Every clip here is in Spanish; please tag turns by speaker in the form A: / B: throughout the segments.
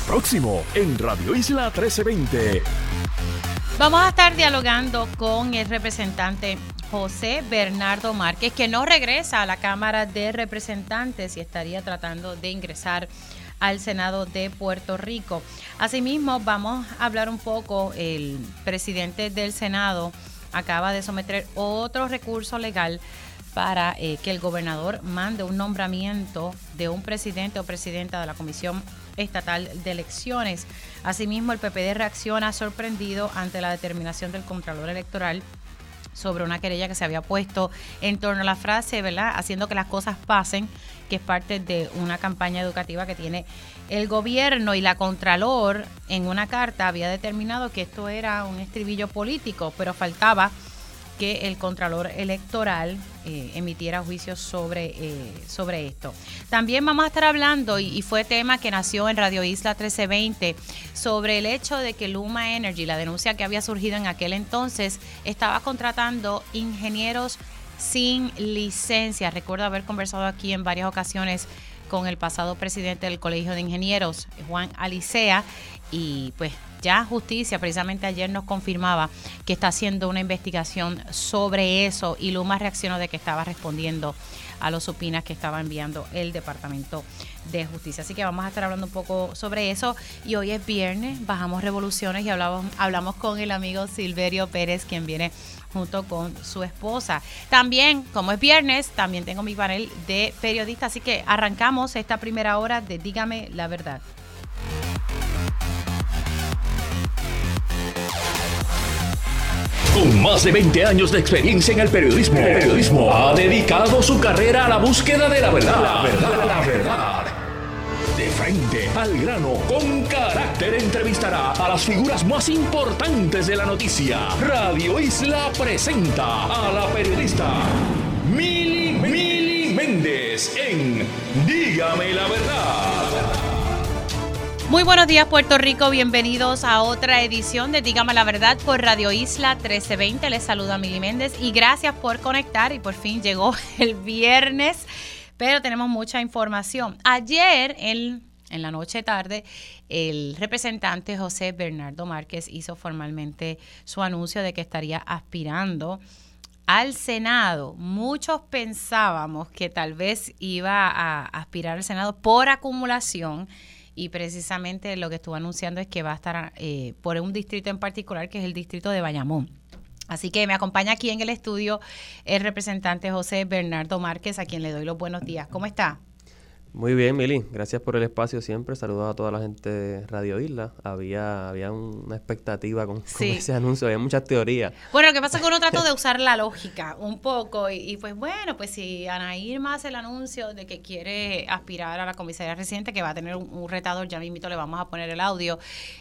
A: Próximo en Radio Isla 1320.
B: Vamos a estar dialogando con el representante José Bernardo Márquez, que no regresa a la Cámara de Representantes y estaría tratando de ingresar al Senado de Puerto Rico. Asimismo, vamos a hablar un poco, el presidente del Senado acaba de someter otro recurso legal para que el gobernador mande un nombramiento de un presidente o presidenta de la Comisión Estatal de Elecciones. Asimismo, el PPD reacciona sorprendido ante la determinación del Contralor Electoral sobre una querella que se había puesto en torno a la frase, ¿verdad?, haciendo que las cosas pasen, que es parte de una campaña educativa que tiene el gobierno, y la Contralor en una carta había determinado que esto era un estribillo político, pero faltaba que el Contralor Electoral emitiera juicios sobre esto. También vamos a estar hablando, y fue tema que nació en Radio Isla 1320, sobre el hecho de que Luma Energy, la denuncia que había surgido en aquel entonces, estaba contratando ingenieros sin licencia. Recuerdo haber conversado aquí en varias ocasiones con el pasado presidente del Colegio de Ingenieros, Juan Alicea, y pues ya justicia precisamente ayer nos confirmaba que está haciendo una investigación sobre eso, y Luma reaccionó de que estaba respondiendo a los supinas que estaba enviando el Departamento de Justicia. Así que vamos a estar hablando un poco sobre eso, y hoy es viernes, bajamos revoluciones y hablamos con el amigo Silverio Pérez, quien viene junto con su esposa. También, como es viernes, también tengo mi panel de periodistas, así que arrancamos esta primera hora de Dígame la Verdad.
A: Con más de 20 años de experiencia en el periodismo, ha dedicado su carrera a la búsqueda de la verdad. La verdad. De frente, al grano, con carácter, entrevistará a las figuras más importantes de la noticia. Radio Isla presenta a la periodista Mili Méndez en Dígame la Verdad.
B: Muy buenos días, Puerto Rico. Bienvenidos a otra edición de Dígame la Verdad por Radio Isla 1320. Les saluda Mili Méndez y gracias por conectar. Y por fin llegó el viernes, pero tenemos mucha información. Ayer, en la noche tarde, el representante José Bernardo Márquez hizo formalmente su anuncio de que estaría aspirando al Senado. Muchos pensábamos que tal vez iba a aspirar al Senado por acumulación, y precisamente lo que estuvo anunciando es que va a estar por un distrito en particular, que es el distrito de Bayamón. Así que me acompaña aquí en el estudio el representante José Bernardo Márquez, a quien le doy los buenos días. ¿Cómo está?
C: Muy bien, Mili. Gracias por el espacio siempre. Saludos a toda la gente de Radio Isla. Había una expectativa con ese anuncio. Había muchas teorías.
B: Bueno, lo que pasa es que uno trató de usar la lógica un poco y pues bueno, pues si Ana Irma hace el anuncio de que quiere aspirar a la comisaría residente, que va a tener un retador, ya mismito le vamos a poner el audio,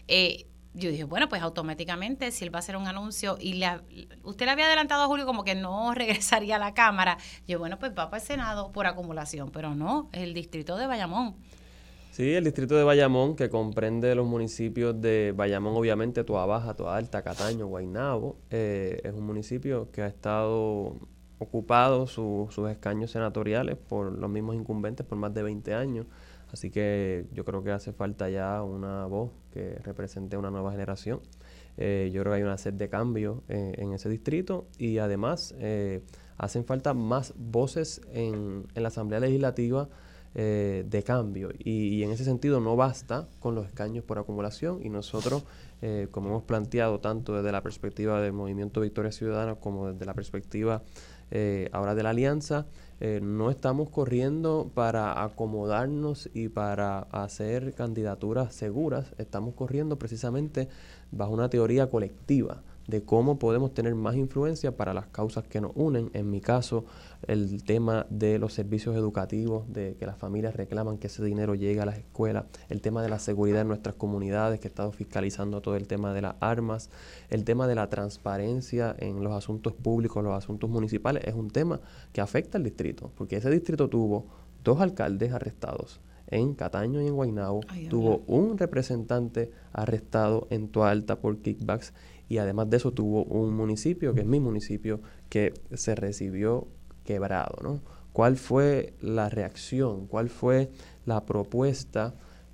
B: yo dije, bueno, pues automáticamente, si él va a hacer un anuncio y usted le había adelantado a Julio como que no regresaría a la Cámara, yo, bueno, pues va para el Senado por acumulación, pero no, es el distrito de Bayamón.
C: Sí, el distrito de Bayamón, que comprende los municipios de Bayamón, obviamente, Toa Baja, Toa Alta, Cataño, Guaynabo, es un municipio que ha estado ocupado sus escaños senatoriales por los mismos incumbentes por más de 20 años. Así que yo creo que hace falta ya una voz que represente una nueva generación. Yo creo que hay una sed de cambio en ese distrito, y además hacen falta más voces en la Asamblea Legislativa de cambio. Y en ese sentido no basta con los escaños por acumulación, y nosotros, como hemos planteado tanto desde la perspectiva del Movimiento Victoria Ciudadana como desde la perspectiva ahora de la Alianza, no estamos corriendo para acomodarnos y para hacer candidaturas seguras. Estamos corriendo precisamente bajo una teoría colectiva de cómo podemos tener más influencia para las causas que nos unen. En mi caso, el tema de los servicios educativos, de que las familias reclaman que ese dinero llegue a las escuelas, el tema de la seguridad en nuestras comunidades, que he estado fiscalizando todo el tema de las armas, el tema de la transparencia en los asuntos públicos, los asuntos municipales, es un tema que afecta al distrito, porque ese distrito tuvo 2 alcaldes arrestados en Cataño y en Guaynabo, tuvo un representante arrestado en Toa Alta por kickbacks, y además de eso tuvo un municipio, que es mi municipio, que se recibió quebrado, ¿no? ¿Cuál fue la reacción? ¿Cuál fue la propuesta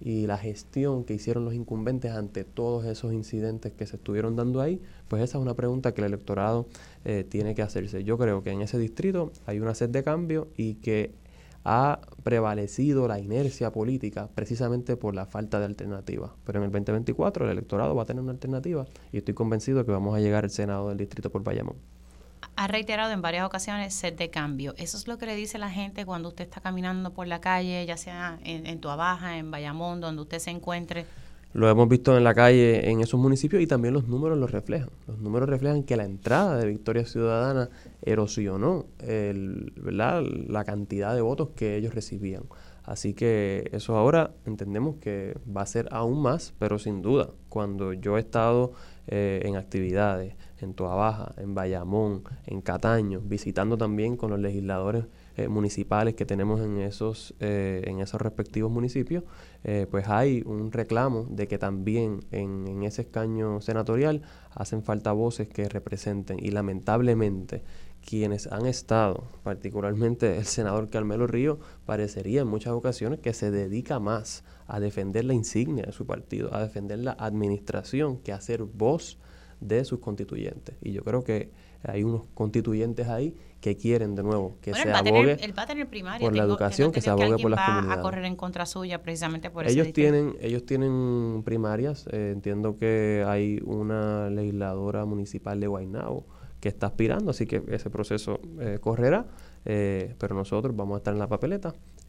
C: y la gestión que hicieron los incumbentes ante todos esos incidentes que se estuvieron dando ahí, pues esa es una pregunta que el electorado tiene que hacerse. Yo creo que en ese distrito hay una sed de cambio y que ha prevalecido la inercia política precisamente por la falta de alternativa. Pero en el 2024 el electorado va a tener una alternativa y estoy convencido que vamos a llegar al Senado del distrito por Bayamón.
B: Ha reiterado en varias ocasiones sed de cambio. ¿Eso es lo que le dice la gente cuando usted está caminando por la calle, ya sea en Tuabaja, en Bayamón, donde usted se encuentre?
C: Lo hemos visto en la calle en esos municipios y también los números lo reflejan. Los números reflejan que la entrada de Victoria Ciudadana erosionó ¿verdad? La cantidad de votos que ellos recibían. Así que eso ahora entendemos que va a ser aún más, pero sin duda, cuando yo he estado en actividades en Tuabaja, en Bayamón, en Cataño, visitando también con los legisladores municipales que tenemos en esos respectivos municipios, pues hay un reclamo de que también en ese escaño senatorial hacen falta voces que representen, y lamentablemente quienes han estado, particularmente el senador Carmelo Ríos, parecería en muchas ocasiones que se dedica más a defender la insignia de su partido, a defender la administración, que a ser voz de sus constituyentes. Y yo creo que hay unos constituyentes ahí que quieren de nuevo que se abogue por la educación, que se abogue por las comunidades.
B: A correr en contra suya precisamente por
C: ellos tienen primarias. Entiendo que hay una legisladora municipal de Guaynabo que está aspirando, así que ese proceso correrá, pero nosotros vamos a estar en la papeleta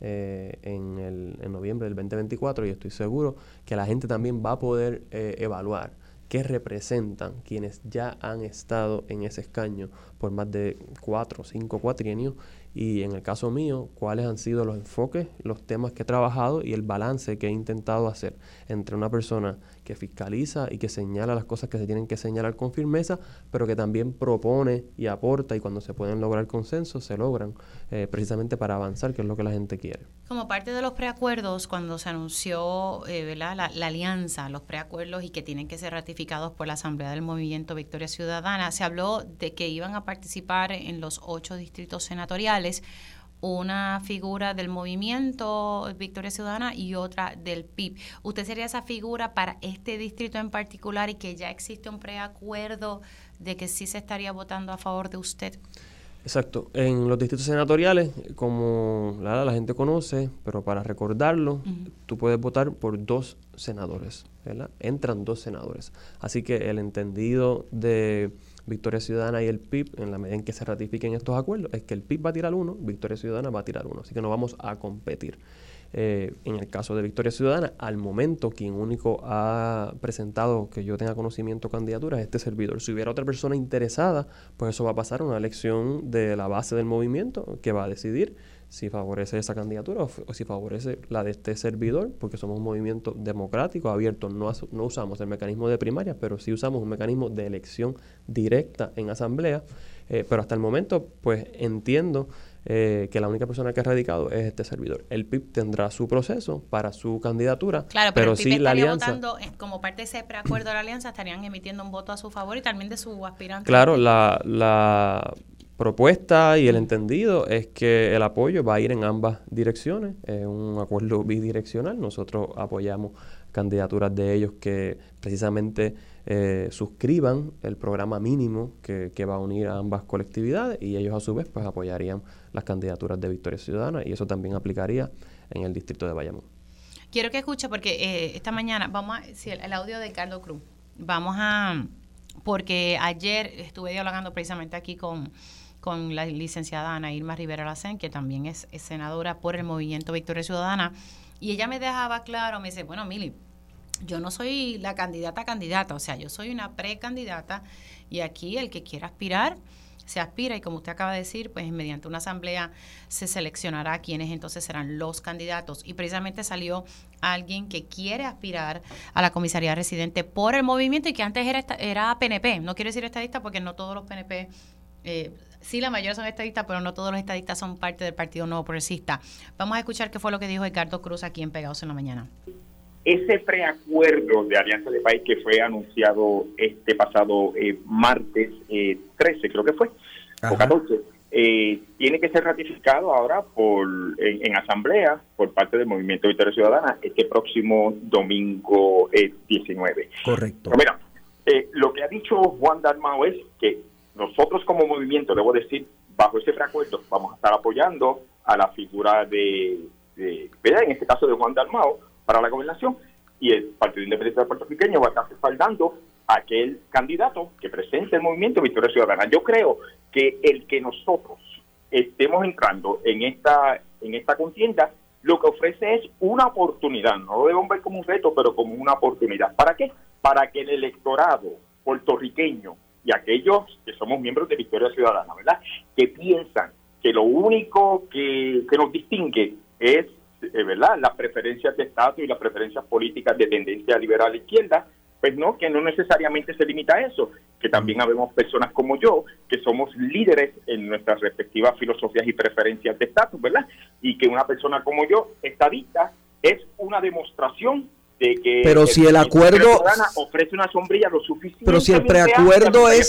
C: en noviembre del 2024 y estoy seguro que la gente también va a poder evaluar qué representan quienes ya han estado en ese escaño por más de 4 o 5 cuatrienios, y en el caso mío, cuáles han sido los enfoques, los temas que he trabajado y el balance que he intentado hacer entre una persona que fiscaliza y que señala las cosas que se tienen que señalar con firmeza, pero que también propone y aporta, y cuando se pueden lograr consensos, se logran precisamente para avanzar, que es lo que la gente quiere.
B: Como parte de los preacuerdos, cuando se anunció ¿verdad? La alianza, los preacuerdos y que tienen que ser ratificados por la Asamblea del Movimiento Victoria Ciudadana, se habló de que iban a participar en los 8 distritos senatoriales una figura del Movimiento Victoria Ciudadana y otra del PIB. ¿Usted sería esa figura para este distrito en particular y que ya existe un preacuerdo de que sí se estaría votando a favor de usted?
C: Exacto. En los distritos senatoriales, como la gente conoce, pero para recordarlo, tú puedes votar por 2 senadores, ¿verdad? Entran 2 senadores. Así que el entendido de Victoria Ciudadana y el PIB, en la medida en que se ratifiquen estos acuerdos, es que el PIB va a tirar 1, Victoria Ciudadana va a tirar 1. Así que no vamos a competir. En el caso de Victoria Ciudadana, al momento quien único ha presentado que yo tenga conocimiento candidaturas es este servidor. Si hubiera otra persona interesada, pues eso va a pasar a una elección de la base del movimiento que va a decidir si favorece esa candidatura o si favorece la de este servidor, porque somos un movimiento democrático, abierto. No usamos el mecanismo de primarias, pero sí usamos un mecanismo de elección directa en asamblea. Pero hasta el momento, pues entiendo que la única persona que ha radicado es este servidor. El PIB tendrá su proceso para su candidatura,
B: claro, pero el PIB
C: sí la alianza,
B: votando, como parte de ese preacuerdo de la alianza, estarían emitiendo un voto a su favor y también de su aspirante.
C: Claro, la propuesta y el entendido es que el apoyo va a ir en ambas direcciones. Es un acuerdo bidireccional. Nosotros apoyamos candidaturas de ellos que precisamente suscriban el programa mínimo que va a unir a ambas colectividades, y ellos a su vez pues apoyarían las candidaturas de Victoria Ciudadana, y eso también aplicaría en el distrito de Bayamón.
B: Quiero que escuche porque esta mañana vamos a el audio de Carlos Cruz. Porque ayer estuve dialogando precisamente aquí con la licenciada Ana Irma Rivera Lacén, que también es senadora por el Movimiento Victoria Ciudadana, y ella me dejaba claro, me dice, bueno, Mili, yo no soy la candidata, o sea, yo soy una precandidata, y aquí el que quiera aspirar, se aspira, y como usted acaba de decir, pues mediante una asamblea se seleccionará quiénes entonces serán los candidatos, y precisamente salió alguien que quiere aspirar a la comisaría residente por el movimiento y que antes era PNP, no quiero decir estadista porque no todos los PNP, sí, la mayoría son estadistas, pero no todos los estadistas son parte del Partido Nuevo Progresista. Vamos a escuchar qué fue lo que dijo Ricardo Cruz aquí en Pegados en la Mañana.
D: Ese preacuerdo de Alianza de País que fue anunciado este pasado martes 13, creo que fue, o 14, tiene que ser ratificado ahora en asamblea por parte del Movimiento Victoria Ciudadana este próximo domingo 19.
E: Correcto.
D: Pero mira, lo que ha dicho Juan Dalmau es que nosotros como movimiento, debo decir, bajo ese preacuerdo, vamos a estar apoyando a la figura ¿verdad? En este caso de Juan Dalmau para la gobernación, y el Partido Independiente Puertorriqueño va a estar respaldando a aquel candidato que presente el Movimiento Victoria Ciudadana. Yo creo que el que nosotros estemos entrando en esta contienda, lo que ofrece es una oportunidad, no lo debemos ver como un reto, pero como una oportunidad. ¿Para qué? Para que el electorado puertorriqueño y aquellos que somos miembros de Victoria Ciudadana, ¿verdad?, que piensan que lo único que nos distingue es, ¿verdad?, las preferencias de estatus y las preferencias políticas de tendencia liberal a izquierda, pues no, que no necesariamente se limita a eso, que también habemos personas como yo, que somos líderes en nuestras respectivas filosofías y preferencias de estatus, ¿verdad? Y que una persona como yo, estadista, es una demostración de que
E: pero si el acuerdo
D: ofrece una sombrilla lo suficiente.
E: Pero si el preacuerdo es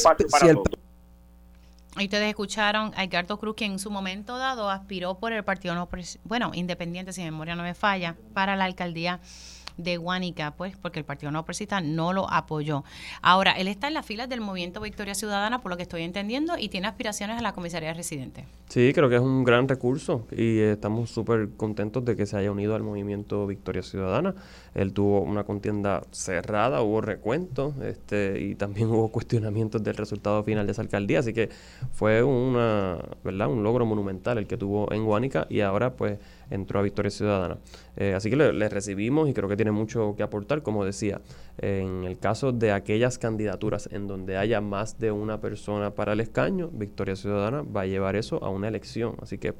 B: Y ustedes escucharon a Edgardo Cruz, que en su momento dado aspiró por el partido independiente, si mi memoria no me falla, para la alcaldía de Guánica, pues porque el Partido No Progresista no lo apoyó. Ahora, él está en las filas del Movimiento Victoria Ciudadana, por lo que estoy entendiendo, y tiene aspiraciones a la comisaría residente.
C: Sí, creo que es un gran recurso y estamos súper contentos de que se haya unido al Movimiento Victoria Ciudadana. Él tuvo una contienda cerrada, hubo recuentos y también hubo cuestionamientos del resultado final de esa alcaldía, así que fue un logro monumental el que tuvo en Guánica, y ahora pues entró a Victoria Ciudadana. Así que le recibimos y creo que tiene mucho que aportar. Como decía, en el caso de aquellas candidaturas en donde haya más de una persona para el escaño, Victoria Ciudadana va a llevar eso a una elección. Así que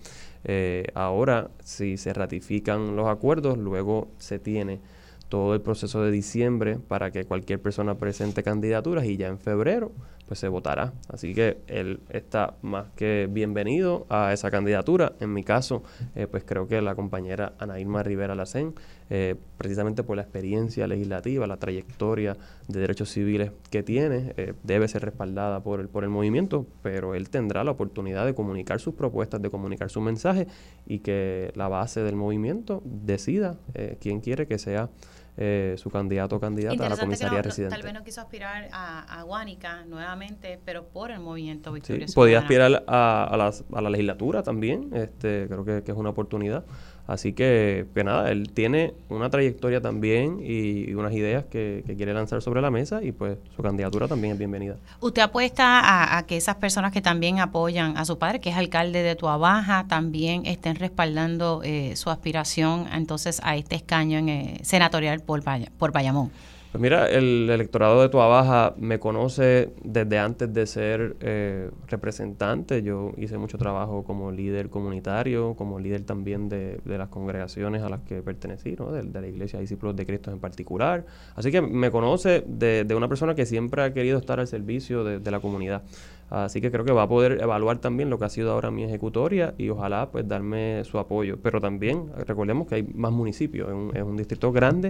C: ahora, si se ratifican los acuerdos, luego se tiene todo el proceso de diciembre para que cualquier persona presente candidaturas, y ya en febrero pues se votará. Así que él está más que bienvenido a esa candidatura. En mi caso, pues creo que la compañera Ana Irma Rivera Lacén, precisamente por la experiencia legislativa, la trayectoria de derechos civiles que tiene, debe ser respaldada por el movimiento, pero él tendrá la oportunidad de comunicar sus propuestas, de comunicar su mensaje, y que la base del movimiento decida quién quiere que sea su candidato o candidata a la comisaría residente.
B: Tal vez no quiso aspirar a Guánica nuevamente, pero por el Movimiento Victoria
C: Sí,
B: Ciudadana.
C: podía aspirar a la legislatura también, creo que es una oportunidad. Así que nada, él tiene una trayectoria también y unas ideas que quiere lanzar sobre la mesa, y pues su candidatura también es bienvenida.
B: ¿Usted apuesta a que esas personas que también apoyan a su padre, que es alcalde de Tuabaja, también estén respaldando su aspiración entonces a este escaño senatorial por Bayamón?
C: Pues mira, el electorado de Tuabaja me conoce desde antes de ser representante. Yo hice mucho trabajo como líder comunitario, como líder también de las congregaciones a las que pertenecí, ¿no? De la Iglesia Discípulos de Cristo en particular. Así que me conoce de una persona que siempre ha querido estar al servicio de la comunidad. Así que creo que va a poder evaluar también lo que ha sido ahora mi ejecutoria, y ojalá pues darme su apoyo. Pero también recordemos que hay más municipios, es un distrito grande.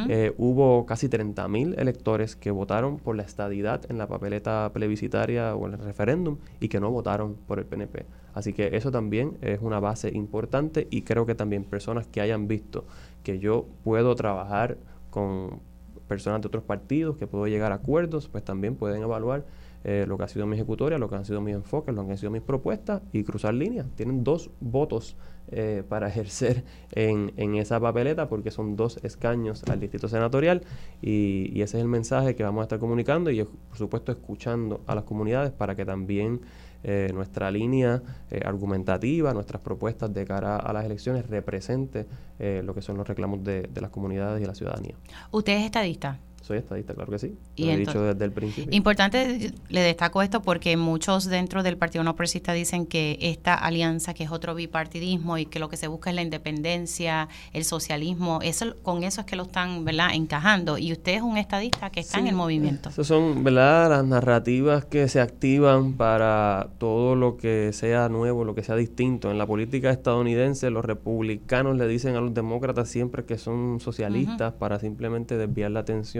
C: Hubo casi 30,000 electores que votaron por la estadidad en la papeleta plebiscitaria o en el referéndum, y que no votaron por el PNP. Así que eso también es una base importante, y creo que también personas que hayan visto que yo puedo trabajar con personas de otros partidos, que puedo llegar a acuerdos, pues también pueden evaluar lo que ha sido mi ejecutoria, lo que han sido mis enfoques, lo que han sido mis propuestas, y cruzar líneas. Tienen 2 votos para ejercer en esa papeleta, porque son 2 escaños al distrito senatorial, y ese es el mensaje que vamos a estar comunicando, y por supuesto escuchando a las comunidades para que también nuestra línea argumentativa, nuestras propuestas de cara a las elecciones represente lo que son los reclamos de las comunidades y de la ciudadanía.
B: ¿Usted es estadista?
C: Soy estadista, claro que sí.
B: Lo
C: he dicho desde el principio.
B: Importante, le destaco esto porque muchos dentro del Partido No Progresista dicen que esta alianza, que es otro bipartidismo y que lo que se busca es la independencia, el socialismo, con eso es que lo están, ¿verdad?, encajando. Y usted es un estadista que está en el movimiento.
C: Esas son, ¿verdad?, las narrativas que se activan para todo lo que sea nuevo, lo que sea distinto. En la política estadounidense, los republicanos le dicen a los demócratas siempre que son socialistas para simplemente desviar la atención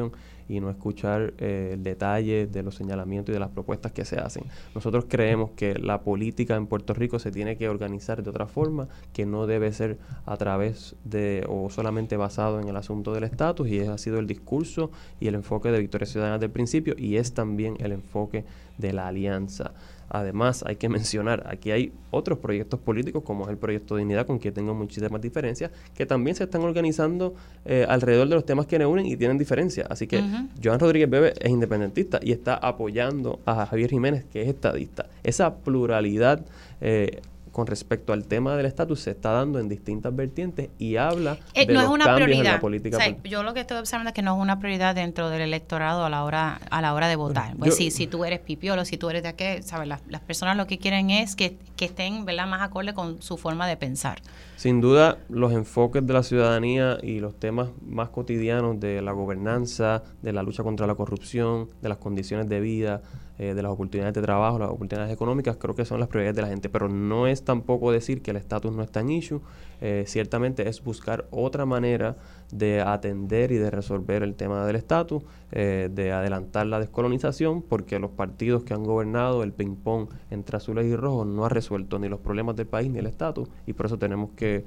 C: televisión y no escuchar el detalle de los señalamientos y de las propuestas que se hacen. Nosotros creemos que la política en Puerto Rico se tiene que organizar de otra forma, que no debe ser a través de o solamente basado en el asunto del estatus, y ese ha sido el discurso y el enfoque de Victoria Ciudadana desde el principio, y es también el enfoque de la alianza. Además, hay que mencionar, aquí hay otros proyectos políticos, como es el Proyecto Dignidad, con quien tengo muchísimas diferencias, que también se están organizando alrededor de los temas que nos unen y tienen diferencias. Así que Joan Rodríguez Bebe es independentista y está apoyando a Javier Jiménez, que es estadista. Esa pluralidad con respecto al tema del estatus se está dando en distintas vertientes y habla de
B: no
C: los
B: es una
C: cambios
B: prioridad.
C: en la política.
B: O sea, yo lo que estoy observando es que no es una prioridad dentro del electorado a la hora de votar. Pues si tú eres pipiolo, si tú eres de aquel, ¿sabes? Las personas lo que quieren es que estén, ¿verdad?, más acorde con su forma de pensar. Sin
C: duda, los enfoques de la ciudadanía y los temas más cotidianos de la gobernanza, de la lucha contra la corrupción, de las condiciones de vida, de las oportunidades de trabajo, las oportunidades económicas, creo que son las prioridades de la gente, pero no es tampoco decir que el estatus no está en issue. Ciertamente es buscar otra manera de atender y de resolver el tema del estatus, de adelantar la descolonización, porque los partidos que han gobernado, el ping-pong entre azules y rojos, no ha resuelto ni los problemas del país ni el estatus, y por eso tenemos que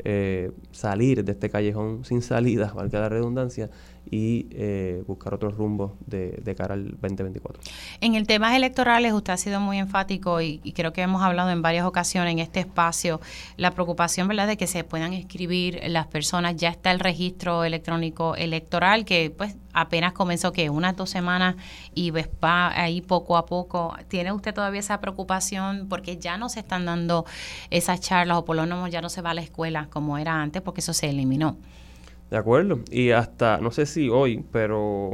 C: salir de este callejón sin salida, valga la redundancia, y buscar otros rumbos de cara al 2024.
B: En el tema electorales usted ha sido muy enfático y creo que hemos hablado en varias ocasiones en este espacio, la preocupación, ¿verdad?, de que se puedan inscribir las personas. Ya está el registro electrónico electoral que pues apenas comenzó, que unas 2 semanas, y va ahí poco a poco. ¿Tiene usted todavía esa preocupación? Porque ya no se están dando esas charlas, o por lo menos ya no se va a la escuela como era antes, porque eso se eliminó.
C: De acuerdo, y hasta, no sé si hoy, pero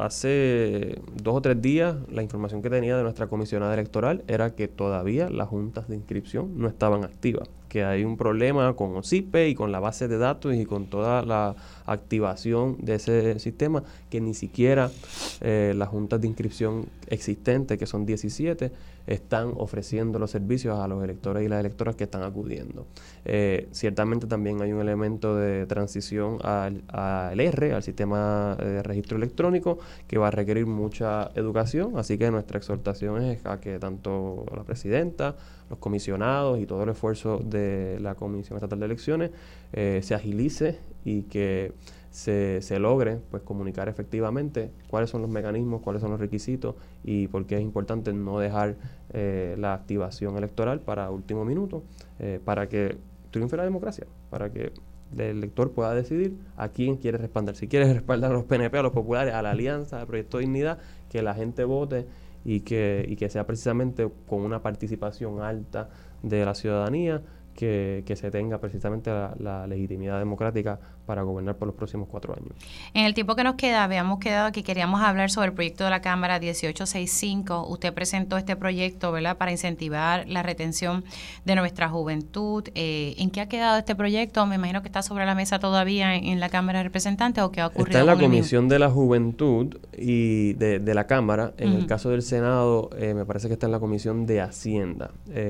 C: hace 2 o 3 días, la información que tenía de nuestra comisionada electoral era que todavía las juntas de inscripción no estaban activas, que hay un problema con OSIPE y con la base de datos y con toda la activación de ese sistema, que ni siquiera las juntas de inscripción existentes, que son 17, están ofreciendo los servicios a los electores y las electoras que están acudiendo. Ciertamente también hay un elemento de transición al R, al sistema de registro electrónico, que va a requerir mucha educación, así que nuestra exhortación es a que tanto la presidenta, los comisionados y todo el esfuerzo de la Comisión Estatal de Elecciones se agilice y que se logre pues comunicar efectivamente cuáles son los mecanismos, cuáles son los requisitos y por qué es importante no dejar la activación electoral para último minuto, para que triunfe la democracia, para que el elector pueda decidir a quién quiere respaldar. Si quiere respaldar a los PNP, a los populares, a la alianza, al Proyecto Dignidad, que la gente vote y que sea precisamente con una participación alta de la ciudadanía, que se tenga precisamente la legitimidad democrática para gobernar por los próximos 4 años.
B: En el tiempo que nos queda, habíamos quedado que queríamos hablar sobre el proyecto de la Cámara 1865. Usted presentó este proyecto, ¿verdad?, para incentivar la retención de nuestra juventud. ¿En qué ha quedado este proyecto? Me imagino que está sobre la mesa todavía en la Cámara de Representantes, ¿o qué ha ocurrido?
C: Está en la Comisión de la Juventud y de la Cámara. En el caso del Senado, me parece que está en la Comisión de Hacienda.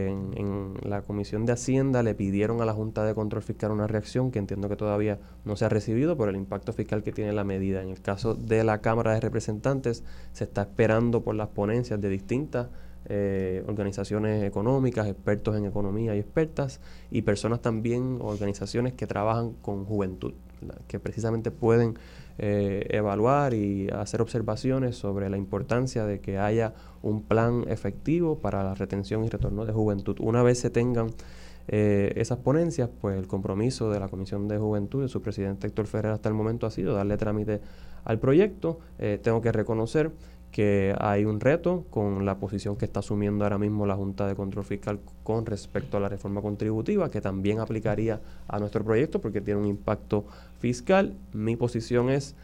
C: En la Comisión de Hacienda le pidieron a la Junta de Control Fiscal una reacción que entiendo que todavía no se ha recibido por el impacto fiscal que tiene la medida. En el caso de la Cámara de Representantes, se está esperando por las ponencias de distintas organizaciones económicas, expertos en economía y expertas, y personas también, organizaciones que trabajan con juventud, ¿verdad?, que precisamente pueden evaluar y hacer observaciones sobre la importancia de que haya un plan efectivo para la retención y retorno de juventud. Una vez se tengan esas ponencias, pues el compromiso de la Comisión de Juventud, de su presidente Héctor Ferrer, hasta el momento ha sido darle trámite al proyecto. Tengo que reconocer que hay un reto con la posición que está asumiendo ahora mismo la Junta de Control Fiscal con respecto a la reforma contributiva, que también aplicaría a nuestro proyecto porque tiene un impacto fiscal. Mi posición es,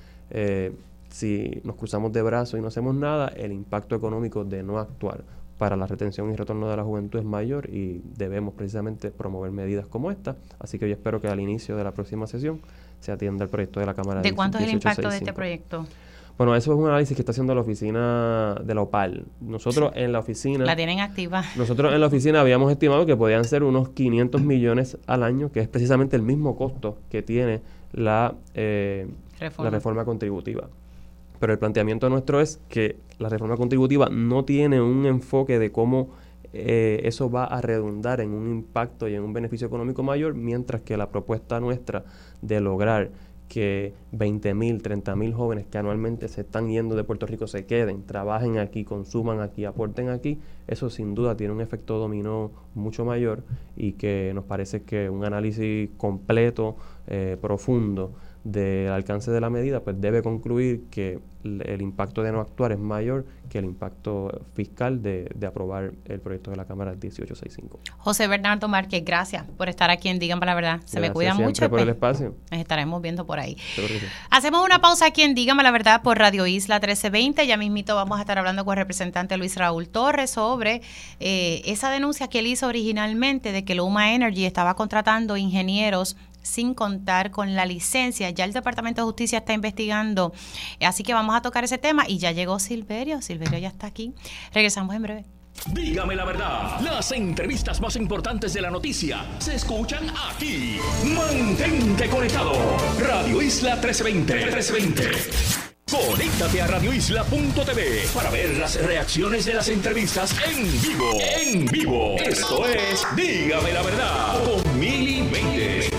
C: si nos cruzamos de brazos y no hacemos nada, el impacto económico de no actuar para la retención y retorno de la juventud es mayor y debemos precisamente promover medidas como esta. Así que yo espero que al inicio de la próxima sesión se atienda el proyecto de la Cámara.
B: ¿De cuánto es el impacto de este proyecto?
C: Bueno, eso es un análisis que está haciendo la oficina de la OPAL. Nosotros en la oficina...
B: La tienen activa.
C: Nosotros en la oficina habíamos estimado que podían ser unos 500 millones al año, que es precisamente el mismo costo que tiene la reforma contributiva. Pero el planteamiento nuestro es que la reforma contributiva no tiene un enfoque de cómo eso va a redundar en un impacto y en un beneficio económico mayor, mientras que la propuesta nuestra de lograr que 20,000, 30,000 jóvenes que anualmente se están yendo de Puerto Rico se queden, trabajen aquí, consuman aquí, aporten aquí, eso sin duda tiene un efecto dominó mucho mayor y que nos parece que un análisis completo, profundo del alcance de la medida, pues debe concluir que el impacto de no actuar es mayor que el impacto fiscal de aprobar el proyecto de la Cámara 1865.
B: José Bernardo Márquez, gracias por estar aquí en Dígame la Verdad. Se me cuida mucho.
C: Por el espacio.
B: Nos estaremos viendo por ahí.
C: Sí.
B: Hacemos una pausa aquí en Dígame la Verdad por Radio Isla 1320. Ya mismito vamos a estar hablando con el representante Luis Raúl Torres sobre esa denuncia que él hizo originalmente de que Luma Energy estaba contratando ingenieros sin contar con la licencia. Ya el Departamento de Justicia está investigando, así que vamos a tocar ese tema. Y ya llegó Silverio ya está aquí. Regresamos en breve.
A: Dígame la verdad, las entrevistas más importantes de la noticia se escuchan aquí. Mantente conectado, Radio Isla 1320. Conéctate a radioisla.tv para ver las reacciones de las entrevistas en vivo. Esto es Dígame la verdad con Mili Méndez.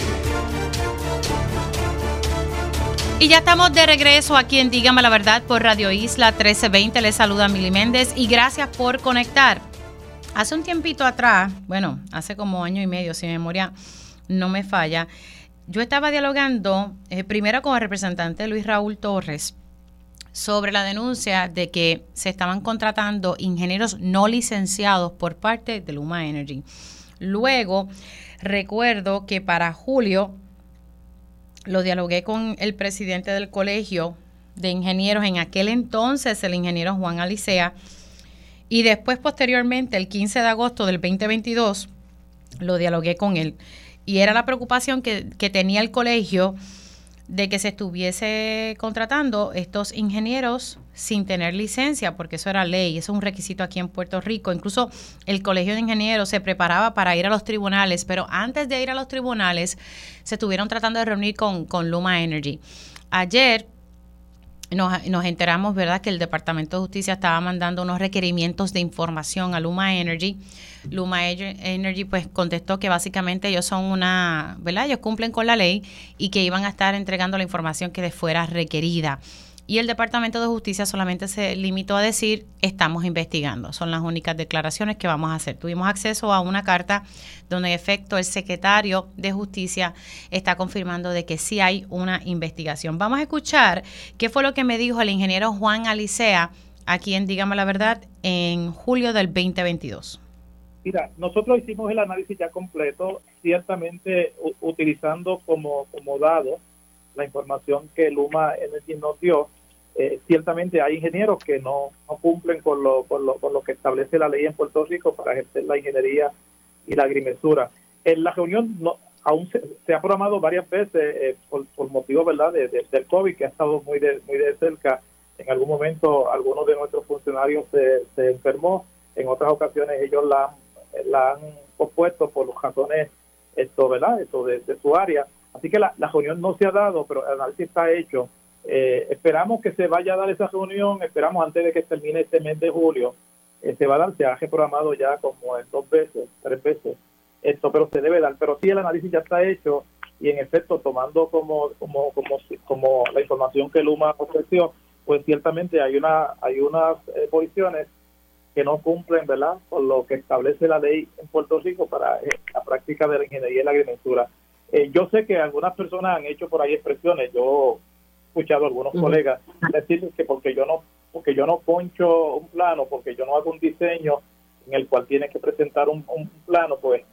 B: Y ya estamos de regreso aquí en Dígame la Verdad por Radio Isla 1320. Les saluda Mili Méndez y gracias por conectar. Hace un tiempito atrás, bueno, hace como año y medio, si mi memoria no me falla, yo estaba dialogando primero con el representante Luis Raúl Torres sobre la denuncia de que se estaban contratando ingenieros no licenciados por parte de Luma Energy. Luego, recuerdo que para julio lo dialogué con el presidente del colegio de ingenieros, en aquel entonces el ingeniero Juan Alicea, y después posteriormente, el 15 de agosto del 2022, lo dialogué con él. Y era la preocupación que tenía el colegio de que se estuviese contratando estos ingenieros sin tener licencia, porque eso era ley, eso es un requisito aquí en Puerto Rico. Incluso el colegio de ingenieros se preparaba para ir a los tribunales, pero antes de ir a los tribunales se estuvieron tratando de reunir con Luma Energy. Ayer nos enteramos, ¿verdad?, que el Departamento de Justicia estaba mandando unos requerimientos de información a Luma Energy. Luma Energy pues contestó que básicamente ellos son ¿verdad?, ellos cumplen con la ley y que iban a estar entregando la información que les fuera requerida. Y el Departamento de Justicia solamente se limitó a decir, estamos investigando. Son las únicas declaraciones que vamos a hacer. Tuvimos acceso a una carta donde en efecto el secretario de Justicia está confirmando de que sí hay una investigación. Vamos a escuchar qué fue lo que me dijo el ingeniero Juan Alicea aquí en Dígame la Verdad en julio del 2022.
F: Mira, nosotros hicimos el análisis ya completo, ciertamente utilizando como dado la información que Luma Energy nos dio. Ciertamente hay ingenieros que no cumplen con lo que establece la ley en Puerto Rico para ejercer la ingeniería y la agrimensura. En la reunión aún se ha programado varias veces por motivo, ¿verdad?, del COVID, que ha estado muy de cerca. En algún momento algunos de nuestros funcionarios se enfermó, en otras ocasiones ellos la han pospuesto por las razones ¿verdad?, de su área. Así que la reunión no se ha dado, pero el análisis está hecho. Esperamos que se vaya a dar esa reunión, esperamos antes de que termine este mes de julio, se va a dar, se ha reprogramado ya como en 2 veces, 3 veces, pero se debe dar. Pero sí, el análisis ya está hecho y en efecto, tomando como la información que Luma ofreció, pues ciertamente hay unas posiciones que no cumplen, ¿verdad?, con lo que establece la ley en Puerto Rico para la práctica de la ingeniería y la agrimensura. Yo sé que algunas personas han hecho por ahí expresiones. Yo he escuchado a algunos colegas decir que porque yo no poncho un plano, porque yo no hago un diseño en el cual tienes que presentar un plano, pues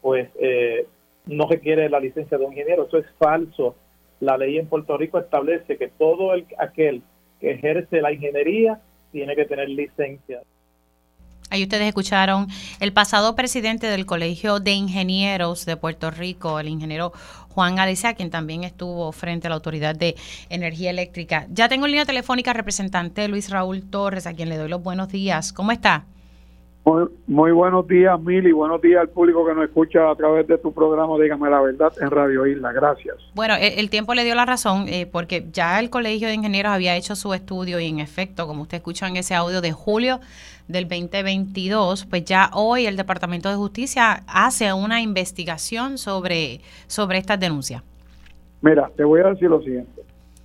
F: no requiere la licencia de un ingeniero. Eso es falso. La ley en Puerto Rico establece que todo aquel que ejerce la ingeniería tiene que tener licencia.
B: Ahí ustedes escucharon el pasado presidente del Colegio de Ingenieros de Puerto Rico, el ingeniero Juan Alicea, quien también estuvo frente a la Autoridad de Energía Eléctrica. Ya tengo en línea telefónica al representante Luis Raúl Torres, a quien le doy los buenos días. ¿Cómo está?
G: Muy buenos días, Mili, buenos días al público que nos escucha a través de tu programa Dígame la Verdad en Radio Isla. Gracias.
B: Bueno, el tiempo le dio la razón porque ya el Colegio de Ingenieros había hecho su estudio y en efecto, como usted escuchó en ese audio de julio del 2022, pues ya hoy el Departamento de Justicia hace una investigación sobre estas denuncias.
G: Mira, te voy a decir lo siguiente.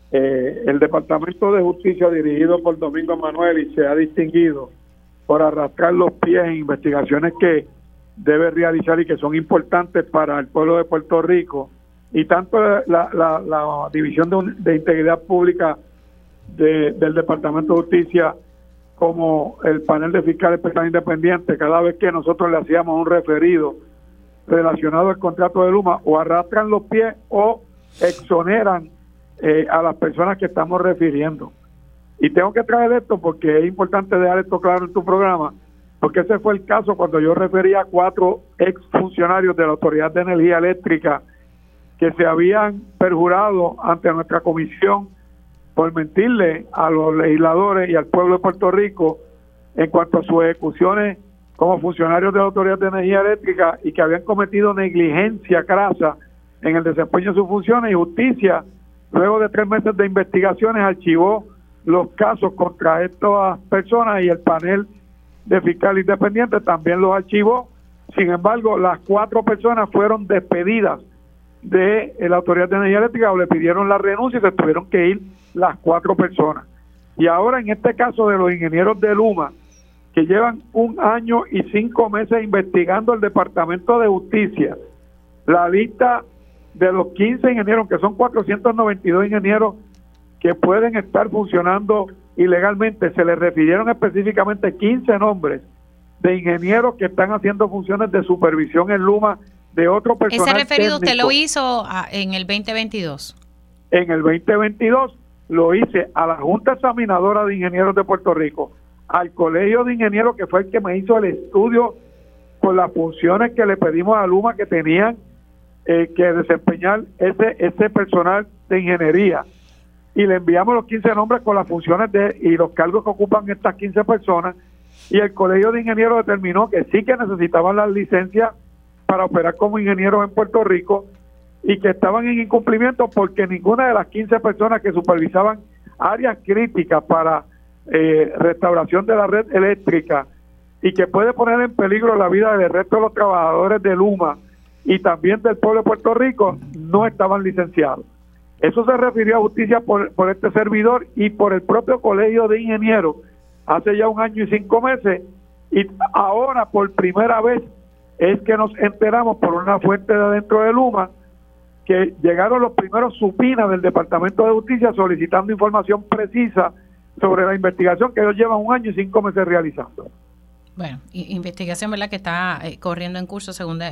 G: El Departamento de Justicia dirigido por Domingo Emanueli se ha distinguido por arrastrar los pies en investigaciones que debe realizar y que son importantes para el pueblo de Puerto Rico, y tanto la División de Integridad Pública del Departamento de Justicia como el panel de fiscales especiales independientes, cada vez que nosotros le hacíamos un referido relacionado al contrato de Luma, o arrastran los pies o exoneran a las personas que estamos refiriendo. Y tengo que traer esto porque es importante dejar esto claro en tu programa, porque ese fue el caso cuando yo refería a 4 exfuncionarios de la Autoridad de Energía Eléctrica que se habían perjurado ante nuestra comisión por mentirle a los legisladores y al pueblo de Puerto Rico en cuanto a sus ejecuciones como funcionarios de la Autoridad de Energía Eléctrica, y que habían cometido negligencia crasa en el desempeño de sus funciones. Y Justicia, luego de 3 meses de investigaciones, archivó los casos contra estas personas, y el panel de fiscales independientes también los archivó. Sin embargo, las 4 personas fueron despedidas de la Autoridad de Energía Eléctrica, o le pidieron la renuncia y se tuvieron que ir las 4 personas. Y ahora en este caso de los ingenieros de Luma, que llevan 1 año y 5 meses investigando el Departamento de Justicia, la lista de los 15 ingenieros, que son 492 ingenieros que pueden estar funcionando ilegalmente, se les refirieron específicamente 15 nombres de ingenieros que están haciendo funciones de supervisión en Luma de otro personal.
B: ¿Ese referido
G: técnico.
B: usted lo hizo en el 2022?
G: En el 2022 lo hice a la Junta Examinadora de Ingenieros de Puerto Rico, al Colegio de Ingenieros, que fue el que me hizo el estudio por las funciones que le pedimos a Luma que tenían que desempeñar ese personal de ingeniería, y le enviamos los 15 nombres con las funciones y los cargos que ocupan estas 15 personas, y el Colegio de Ingenieros determinó que sí que necesitaban las licencias para operar como ingenieros en Puerto Rico, y que estaban en incumplimiento porque ninguna de las 15 personas que supervisaban áreas críticas para restauración de la red eléctrica, y que puede poner en peligro la vida del resto de los trabajadores de Luma y también del pueblo de Puerto Rico, no estaban licenciados. Eso se refirió a Justicia por este servidor y por el propio Colegio de Ingenieros hace ya 1 año y 5 meses, y ahora por primera vez es que nos enteramos por una fuente de dentro de Luma que llegaron los primeros supinas del Departamento de Justicia solicitando información precisa sobre la investigación que ellos llevan 1 año y 5 meses realizando.
B: Bueno, investigación, ¿verdad?, que está corriendo en curso según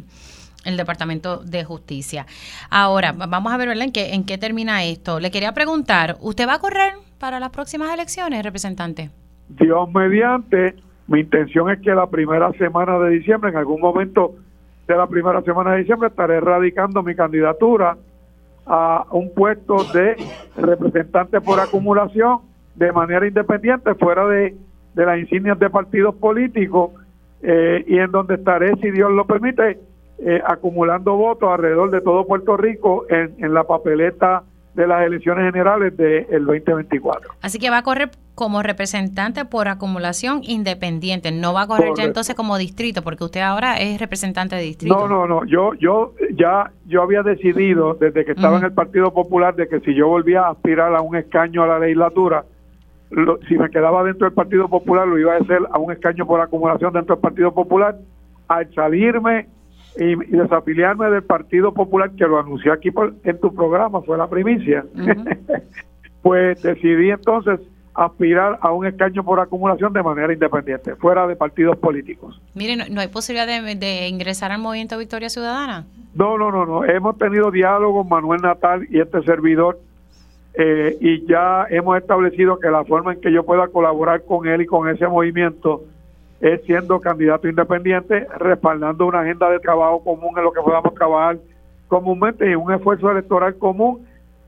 B: el Departamento de Justicia. Ahora, vamos a ver, ¿verdad?, en qué termina esto. Le quería preguntar, ¿usted va a correr para las próximas elecciones, representante?
G: Dios mediante, mi intención es que la primera semana de diciembre, en algún momento de la primera semana de diciembre, estaré radicando mi candidatura a un puesto de representante por acumulación de manera independiente, fuera de las insignias de partidos políticos, y en donde estaré, si Dios lo permite, acumulando votos alrededor de todo Puerto Rico en la papeleta de las elecciones generales del 2024.
B: Así que va a correr como representante por acumulación independiente, no va a correr ya entonces como distrito, porque usted ahora es representante de distrito.
G: No, yo había decidido desde que estaba en el Partido Popular de que si yo volvía a aspirar a un escaño a la legislatura, si me quedaba dentro del Partido Popular, lo iba a hacer a un escaño por acumulación dentro del Partido Popular. Al salirme y desafiliarme del Partido Popular, que lo anuncié aquí en tu programa, fue la primicia, pues decidí entonces aspirar a un escaño por acumulación de manera independiente, fuera de partidos políticos.
B: Mire, ¿no hay posibilidad de ingresar al Movimiento Victoria Ciudadana?
G: No. Hemos tenido diálogos, Manuel Natal y este servidor, y ya hemos establecido que la forma en que yo pueda colaborar con él y con ese movimiento es siendo candidato independiente, respaldando una agenda de trabajo común en lo que podamos trabajar comúnmente, y un esfuerzo electoral común,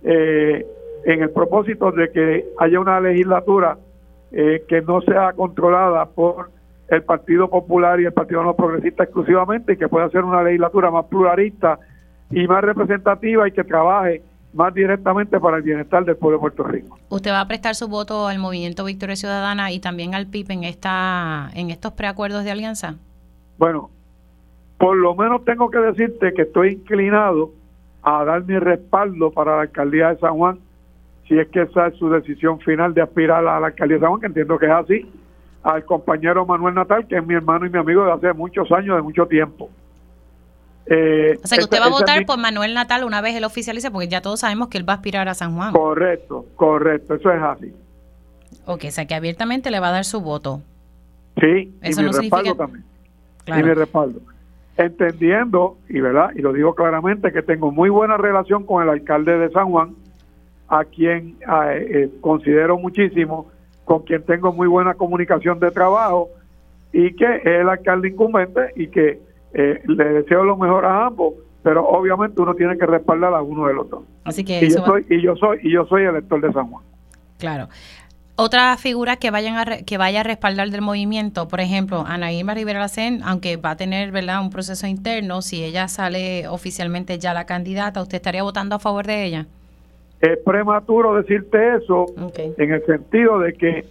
G: en el propósito de que haya una legislatura que no sea controlada por el Partido Popular y el Partido No Progresista exclusivamente, y que pueda ser una legislatura más pluralista y más representativa y que trabaje más directamente para el bienestar del pueblo de Puerto Rico.
B: ¿Usted va a prestar su voto al Movimiento Victoria Ciudadana y también al PIB en estos preacuerdos de alianza?
G: Bueno, por lo menos tengo que decirte que estoy inclinado a dar mi respaldo para la alcaldía de San Juan, si es que esa es su decisión final de aspirar a la alcaldía de San Juan, que entiendo que es así, al compañero Manuel Natal, que es mi hermano y mi amigo de hace muchos años, de mucho tiempo.
B: O sea, que usted va a votar por Manuel Natal una vez él oficialice, porque ya todos sabemos que él va a aspirar a San Juan.
G: Correcto, eso es así.
B: Ok, o sea, que abiertamente le va a dar su voto.
G: Sí,
B: eso
G: y
B: no
G: mi respaldo
B: significa...
G: también.
B: Claro.
G: Y mi respaldo. Entendiendo, y verdad, y lo digo claramente, que tengo muy buena relación con el alcalde de San Juan, a quien considero muchísimo, con quien tengo muy buena comunicación de trabajo, y que es el alcalde incumbente, y que le deseo lo mejor a ambos, pero obviamente uno tiene que respaldar a uno de los dos.
B: Así que
G: y yo soy elector de San Juan.
B: Claro. Otra figura que vaya a respaldar del movimiento, por ejemplo, Ana Irma Rivera Lacén, aunque va a tener, ¿verdad?, un proceso interno, si ella sale oficialmente ya la candidata, ¿usted estaría votando a favor de ella?
G: Es prematuro decirte eso,
B: Okay.
G: En el sentido de que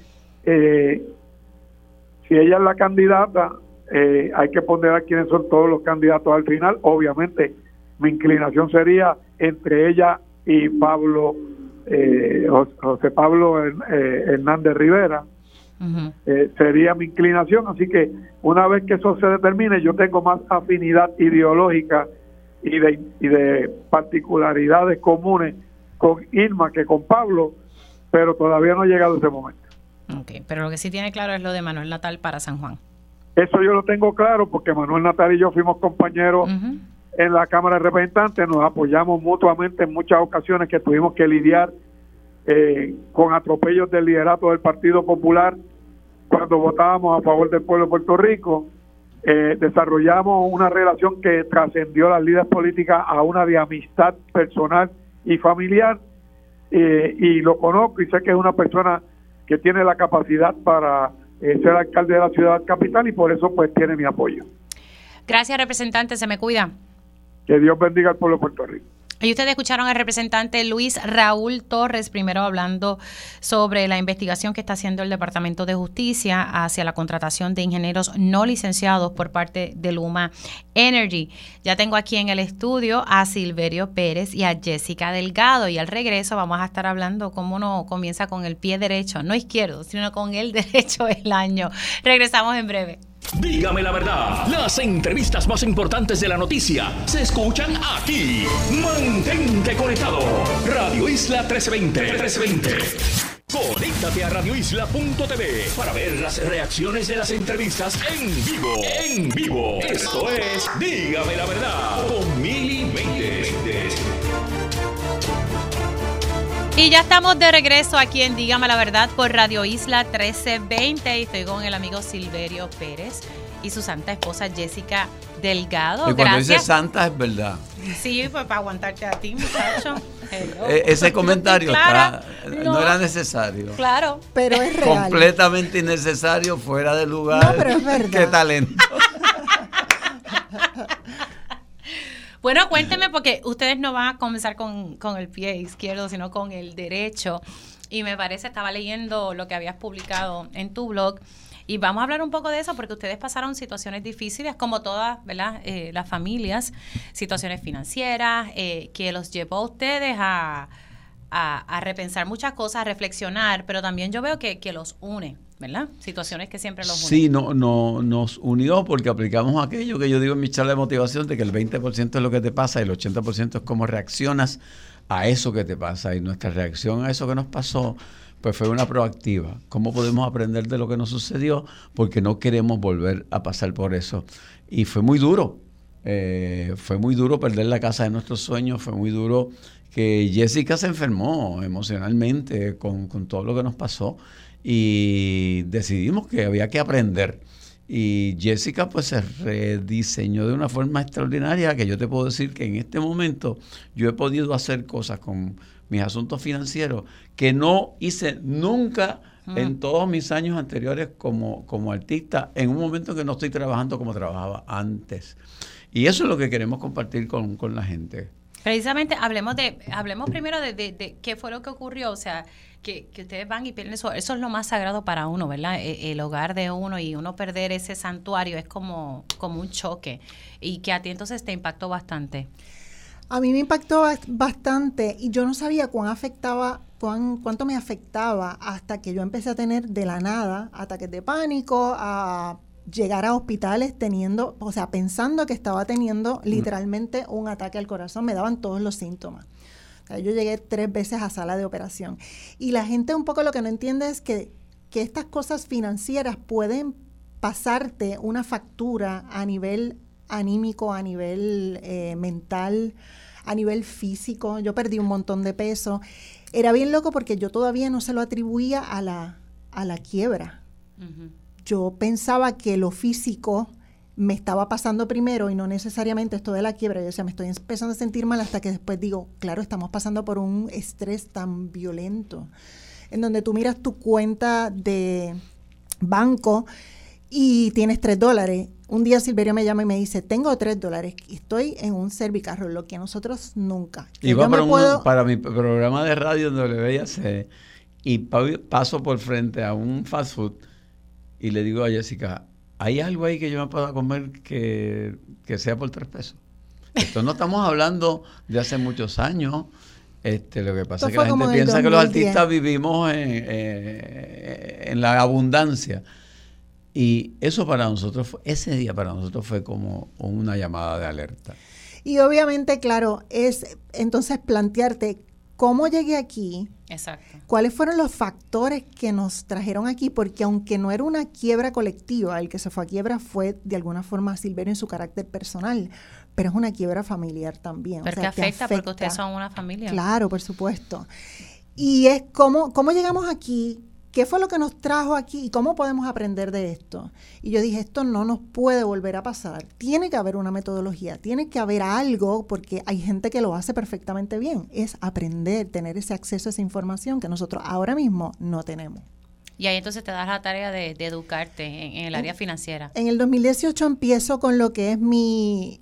G: si ella es la candidata, hay que ponderar quiénes son todos los candidatos al final. Obviamente, mi inclinación sería entre ella y José Pablo Hernández Rivera.
B: Uh-huh.
G: Sería mi inclinación, así que una vez que eso se determine, yo tengo más afinidad ideológica y de particularidades comunes con Irma que con Pablo, pero todavía no ha llegado ese momento.
B: Okay, pero lo que sí tiene claro es lo de Manuel Natal para San Juan.
G: Eso yo lo tengo claro porque Manuel Natal y yo fuimos compañeros
B: Uh-huh.
G: en la Cámara de Representantes, nos apoyamos mutuamente en muchas ocasiones que tuvimos que lidiar con atropellos del liderato del Partido Popular cuando votábamos a favor del pueblo de Puerto Rico. Desarrollamos una relación que trascendió las líderes políticas a una de amistad personal y familiar, y lo conozco y sé que es una persona que tiene la capacidad para ser alcalde de la ciudad capital, y por eso pues tiene mi apoyo.
B: Gracias, representante, se me cuida.
G: Que Dios bendiga al pueblo de Puerto Rico.
B: Y ustedes escucharon al representante Luis Raúl Torres, primero hablando sobre la investigación que está haciendo el Departamento de Justicia hacia la contratación de ingenieros no licenciados por parte de Luma Energy. Ya tengo aquí en el estudio a Silverio Pérez y a Jessica Delgado, y al regreso vamos a estar hablando cómo uno comienza con el pie derecho, no izquierdo, sino con el derecho el año. Regresamos en breve.
A: Dígame la verdad, las entrevistas más importantes de la noticia se escuchan aquí. Mantente conectado. Radio Isla 1320. Conéctate a radioisla.tv para ver las reacciones de las entrevistas en vivo. En vivo. Esto es Dígame la verdad con Mili Méndez.
B: Y ya estamos de regreso aquí en Dígame la Verdad por Radio Isla 1320, y estoy con el amigo Silverio Pérez y su santa esposa Jessica Delgado.
H: Y cuando
B: Gracias.
H: dice santa es verdad.
B: Sí, pues para aguantarte a ti, muchacho.
H: Ese comentario
B: Clara,
H: no era necesario.
B: Claro.
I: Pero es real.
H: Completamente innecesario, fuera de lugar.
I: No, pero es verdad.
H: Qué talento.
B: Bueno, cuénteme, porque ustedes no van a comenzar con el pie izquierdo, sino con el derecho. Y me parece, estaba leyendo lo que habías publicado en tu blog, y vamos a hablar un poco de eso, porque ustedes pasaron situaciones difíciles, como todas, ¿verdad? Las familias, situaciones financieras, que los llevó a ustedes a repensar muchas cosas, a reflexionar, pero también yo veo que los une, ¿verdad? Situaciones que siempre los unen.
H: Sí, nos unió porque aplicamos aquello que yo digo en mi charla de motivación, de que el 20% es lo que te pasa y el 80% es cómo reaccionas a eso que te pasa. Y nuestra reacción a eso que nos pasó, pues fue una proactiva. ¿Cómo podemos aprender de lo que nos sucedió? Porque no queremos volver a pasar por eso. Y fue muy duro. Fue muy duro perder la casa de nuestros sueños. Fue muy duro que Jessica se enfermó emocionalmente con todo lo que nos pasó. Y decidimos que había que aprender. Y Jessica pues se rediseñó de una forma extraordinaria, que yo te puedo decir que en este momento yo he podido hacer cosas con mis asuntos financieros que no hice nunca en todos mis años anteriores como artista, en un momento en que no estoy trabajando como trabajaba antes. Y eso es lo que queremos compartir con la gente.
B: Precisamente hablemos primero de qué fue lo que ocurrió, o sea, que ustedes van y pierden eso es lo más sagrado para uno, ¿verdad? El hogar de uno, y uno perder ese santuario es como un choque, y que a ti entonces te impactó bastante.
I: A mí me impactó bastante, y yo no sabía cuánto me afectaba hasta que yo empecé a tener de la nada ataques de pánico, a llegar a hospitales pensando que estaba teniendo literalmente un ataque al corazón. Me daban todos los síntomas. O sea, yo llegué 3 veces a sala de operación. Y la gente un poco lo que no entiende es que estas cosas financieras pueden pasarte una factura a nivel anímico, a nivel mental, a nivel físico. Yo perdí un montón de peso. Era bien loco porque yo todavía no se lo atribuía a la quiebra. Uh-huh. Yo pensaba que lo físico me estaba pasando primero y no necesariamente esto de la quiebra. Yo decía, me estoy empezando a sentir mal, hasta que después digo, claro, estamos pasando por un estrés tan violento, en donde tú miras tu cuenta de banco y tienes $3. Un día Silverio me llama y me dice, tengo $3, y estoy en un Servicarro, lo que nosotros nunca.
H: Iba para mi programa de radio en WIAC, y paso por frente a un fast food y le digo a Jessica, ¿hay algo ahí que yo me pueda comer que sea por $3? Esto no estamos hablando de hace muchos años. Lo que pasa es que la gente piensa que los artistas vivimos en la abundancia. Y eso para nosotros, ese día para nosotros fue como una llamada de alerta.
I: Y obviamente, claro, es entonces plantearte cómo llegué aquí.
B: Exacto.
I: ¿Cuáles fueron los factores que nos trajeron aquí? Porque aunque no era una quiebra colectiva, el que se fue a quiebra fue de alguna forma Silverio en su carácter personal, pero es una quiebra familiar también.
B: Pero que afecta porque ustedes son una familia.
I: Claro, por supuesto. Y es cómo llegamos aquí, qué fue lo que nos trajo aquí y cómo podemos aprender de esto. Y yo dije, esto no nos puede volver a pasar. Tiene que haber una metodología, tiene que haber algo, porque hay gente que lo hace perfectamente bien. Es aprender, tener ese acceso a esa información que nosotros ahora mismo no tenemos.
B: Y ahí entonces te das la tarea de educarte en el área financiera.
I: En el 2018 empiezo con lo que es mi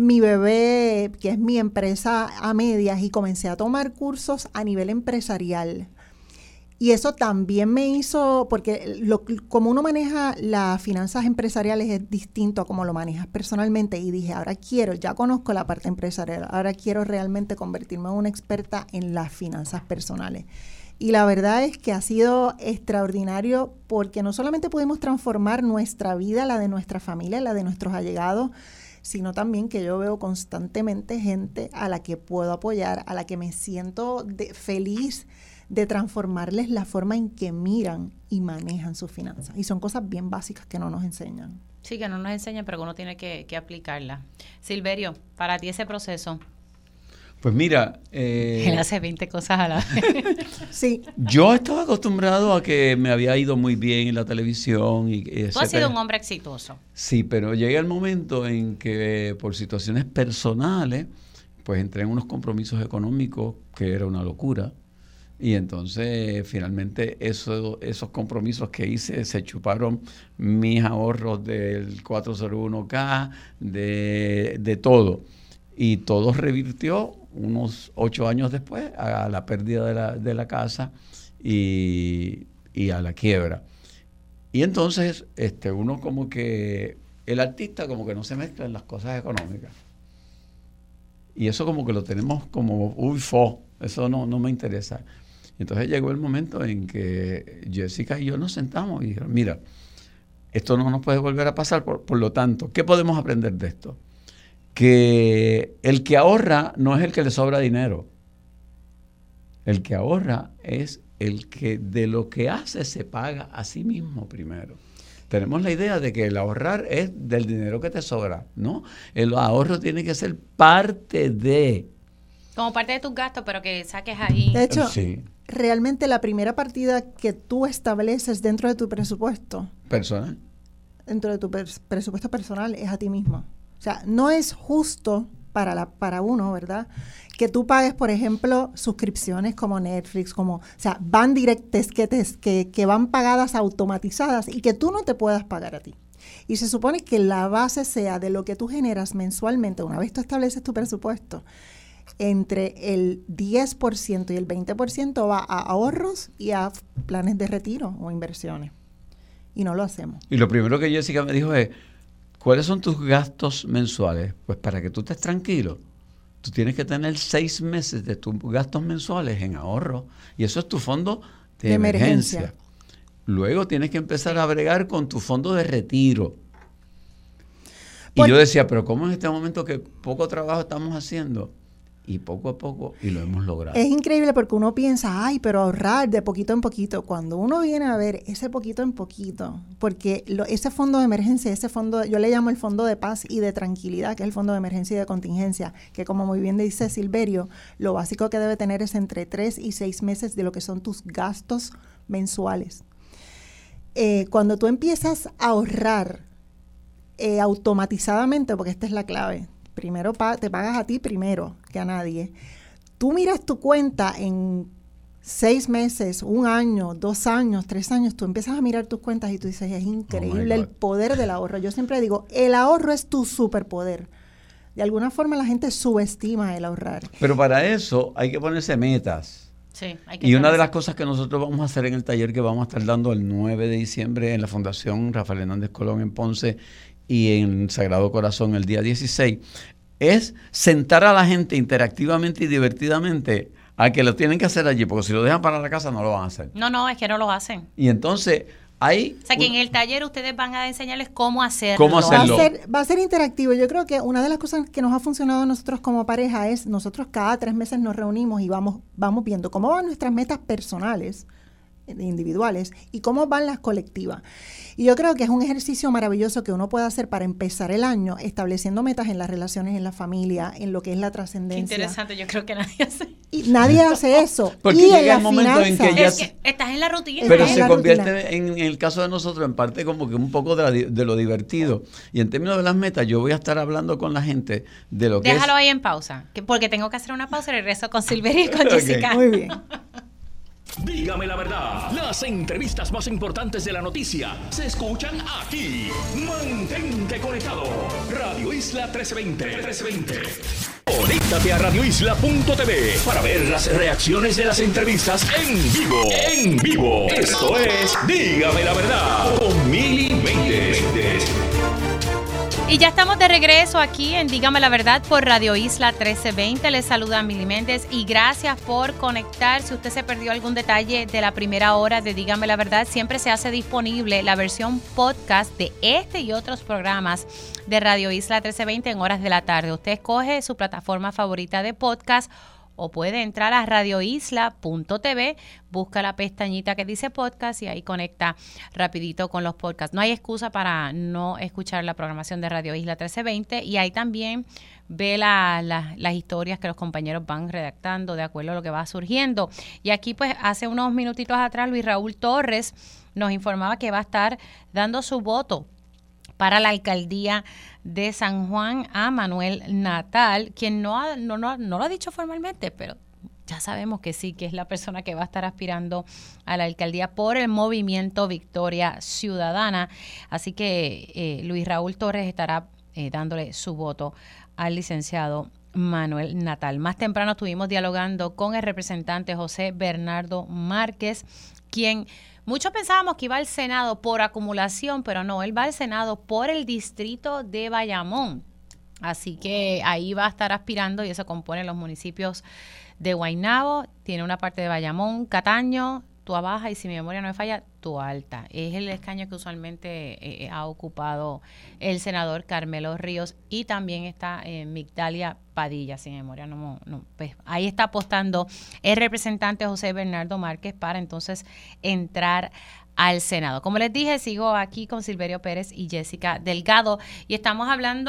I: bebé, que es mi empresa a medias, y comencé a tomar cursos a nivel empresarial. Y eso también me hizo, porque como uno maneja las finanzas empresariales es distinto a como lo manejas personalmente, y dije, ya conozco la parte empresarial, ahora quiero realmente convertirme en una experta en las finanzas personales. Y la verdad es que ha sido extraordinario, porque no solamente pudimos transformar nuestra vida, la de nuestra familia, la de nuestros allegados, sino también que yo veo constantemente gente a la que puedo apoyar, a la que me siento feliz de transformarles la forma en que miran y manejan sus finanzas. Y son cosas bien básicas que no nos enseñan.
B: Sí, que no nos enseñan, pero uno tiene que aplicarla. Silverio, para ti ese proceso.
H: Pues mira...
B: Él hace 20 cosas a la vez.
I: Sí.
H: Yo estaba acostumbrado a que me había ido muy bien en la televisión.
B: Tú has sido un hombre exitoso.
H: Sí, pero llega el momento en que por situaciones personales, pues entré en unos compromisos económicos que era una locura. Y entonces finalmente esos compromisos que hice se chuparon mis ahorros del 401k, de todo. Y todo revirtió unos 8 años después a la pérdida de la casa y a la quiebra. Y entonces uno como que, el artista como que no se mezcla en las cosas económicas. Y eso como que lo tenemos como, eso no me interesa. Entonces llegó el momento en que Jessica y yo nos sentamos y dijeron, mira, esto no nos puede volver a pasar, por lo tanto, ¿qué podemos aprender de esto? Que el que ahorra no es el que le sobra dinero. El que ahorra es el que de lo que hace se paga a sí mismo primero. Tenemos la idea de que el ahorrar es del dinero que te sobra, ¿no? El ahorro tiene que ser parte de...
B: Como parte de tus gastos, pero que saques ahí.
I: De hecho,
H: sí.
I: Realmente la primera partida que tú estableces dentro de tu presupuesto
H: personal,
I: dentro de tu presupuesto personal, es a ti mismo. O sea, no es justo para uno, ¿verdad? Que tú pagues, por ejemplo, suscripciones como Netflix, o sea, van directas, que van pagadas automatizadas y que tú no te puedas pagar a ti. Y se supone que la base sea de lo que tú generas mensualmente, una vez tú estableces tu presupuesto, entre el 10% y el 20% va a ahorros y a planes de retiro o inversiones. Y no lo hacemos.
H: Y lo primero que Jessica me dijo es, ¿cuáles son tus gastos mensuales? Pues para que tú estés tranquilo, tú tienes que tener 6 meses de tus gastos mensuales en ahorro. Y eso es tu fondo de emergencia. Luego tienes que empezar a bregar con tu fondo de retiro. Y yo decía, pero ¿cómo en este momento que poco trabajo estamos haciendo? Y poco a poco, y lo hemos logrado.
I: Es increíble porque uno piensa, ay, pero ahorrar de poquito en poquito. Cuando uno viene a ver ese poquito en poquito, porque ese fondo de emergencia, ese fondo, yo le llamo el fondo de paz y de tranquilidad, que es el fondo de emergencia y de contingencia, que como muy bien dice Silverio, lo básico que debe tener es entre 3 y 6 meses de lo que son tus gastos mensuales. Cuando tú empiezas a ahorrar automatizadamente, porque esta es la clave, primero te pagas a ti primero que a nadie. Tú miras tu cuenta en 6 meses, 1 año, 2 años, 3 años, tú empiezas a mirar tus cuentas y tú dices, es increíble el poder del ahorro. Yo siempre digo, el ahorro es tu superpoder. De alguna forma la gente subestima el ahorrar.
H: Pero para eso hay que ponerse metas.
B: Sí, hay que
H: y una de las cosas que nosotros vamos a hacer en el taller que vamos a estar dando el 9 de diciembre en la Fundación Rafael Hernández Colón en Ponce y en Sagrado Corazón el día 16, es sentar a la gente interactivamente y divertidamente a que lo tienen que hacer allí, porque si lo dejan para la casa no lo van a hacer.
B: No, es que no lo hacen.
H: Y entonces hay...
B: O sea, que en el taller ustedes van a enseñarles cómo hacerlo.
H: ¿Cómo hacerlo?
I: Va a ser interactivo. Yo creo que una de las cosas que nos ha funcionado a nosotros como pareja es nosotros cada 3 meses nos reunimos y vamos viendo cómo van nuestras metas personales, individuales, y cómo van las colectivas. Y yo creo que es un ejercicio maravilloso que uno puede hacer para empezar el año estableciendo metas en las relaciones, en la familia, en lo que es la trascendencia.
B: Qué interesante, yo creo que nadie hace.
I: Y nadie hace eso.
H: Porque
I: y
H: llega el momento en que ya...
B: Es que estás en la rutina.
H: Pero se convierte en el caso de nosotros en parte como que un poco de lo divertido. Y en términos de las metas, yo voy a estar hablando con la gente de lo que
B: Déjalo ahí en pausa, porque tengo que hacer una pausa y regreso con Silverio y con Jessica.
I: Muy bien.
A: Dígame la verdad, las entrevistas más importantes de la noticia se escuchan aquí. Mantente conectado. Radio Isla 1320. Conéctate a radioisla.tv para ver las reacciones de las entrevistas en vivo. Esto es Dígame la verdad con Mili Méndez.
B: Y ya estamos de regreso aquí en Dígame la Verdad por Radio Isla 1320. Les saluda Mili Méndez y gracias por conectar. Si usted se perdió algún detalle de la primera hora de Dígame la Verdad, siempre se hace disponible la versión podcast de este y otros programas de Radio Isla 1320 en horas de la tarde. Usted escoge su plataforma favorita de podcast o puede entrar a radioisla.tv, busca la pestañita que dice podcast y ahí conecta rapidito con los podcasts. No hay excusa para no escuchar la programación de Radio Isla 1320 y ahí también ve las historias que los compañeros van redactando de acuerdo a lo que va surgiendo. Y aquí pues hace unos minutitos atrás Luis Raúl Torres nos informaba que va a estar dando su voto para la alcaldía de San Juan a Manuel Natal, quien no lo ha dicho formalmente, pero ya sabemos que sí, que es la persona que va a estar aspirando a la alcaldía por el movimiento Victoria Ciudadana. Así que Luis Raúl Torres estará dándole su voto al licenciado Manuel Natal. Más temprano estuvimos dialogando con el representante José Bernardo Márquez, quien... Muchos pensábamos que iba al Senado por acumulación, pero no, él va al Senado por el distrito de Bayamón. Así que ahí va a estar aspirando y eso compone los municipios de Guaynabo, tiene una parte de Bayamón, Cataño, Tuabaja y si mi memoria no me falla, Tualta. Es el escaño que usualmente ha ocupado el senador Carmelo Ríos y también está Migdalia Padilla, si mi memoria no pues ahí está apostando el representante José Bernardo Márquez para entonces entrar al Senado. Como les dije, sigo aquí con Silverio Pérez y Jessica Delgado y estamos hablando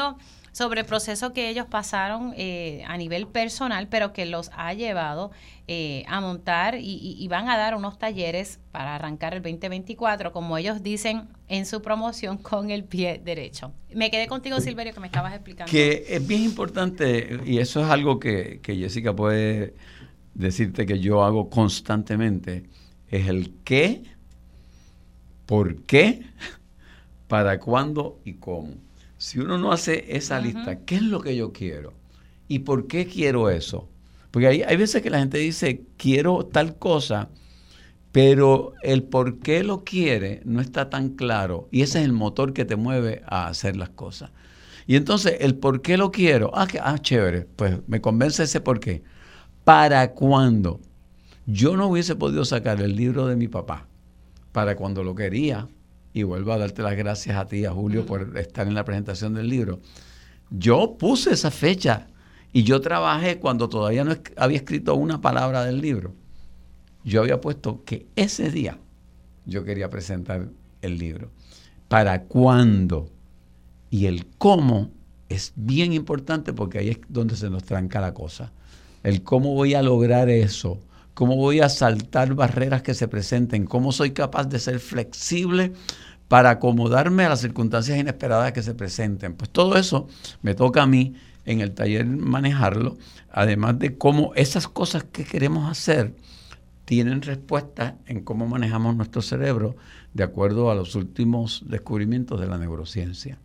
B: sobre el proceso que ellos pasaron a nivel personal, pero que los ha llevado a montar y van a dar unos talleres para arrancar el 2024, como ellos dicen en su promoción, con el pie derecho. Me quedé contigo, Silverio, que me estabas explicando.
H: Que es bien importante, y eso es algo que Jessica puede decirte que yo hago constantemente, es el qué, por qué, para cuándo y cómo. Si uno no hace esa lista, ¿qué es lo que yo quiero? ¿Y por qué quiero eso? Porque hay veces que la gente dice, quiero tal cosa, pero el por qué lo quiere no está tan claro. Y ese es el motor que te mueve a hacer las cosas. Y entonces, el por qué lo quiero, chévere, pues me convence ese por qué. ¿Para cuándo? Yo no hubiese podido sacar el libro de mi papá para cuando lo quería, y vuelvo a darte las gracias a ti, a Julio, por estar en la presentación del libro. Yo puse esa fecha y yo trabajé cuando todavía no había escrito una palabra del libro. Yo había puesto que ese día yo quería presentar el libro. ¿Para cuándo? Y el cómo es bien importante, porque ahí es donde se nos tranca la cosa. El cómo voy a lograr eso, cómo voy a saltar barreras que se presenten, cómo soy capaz de ser flexible para acomodarme a las circunstancias inesperadas que se presenten. Pues todo eso me toca a mí en el taller manejarlo, además de cómo esas cosas que queremos hacer tienen respuesta en cómo manejamos nuestro cerebro de acuerdo a los últimos descubrimientos de la neurociencia.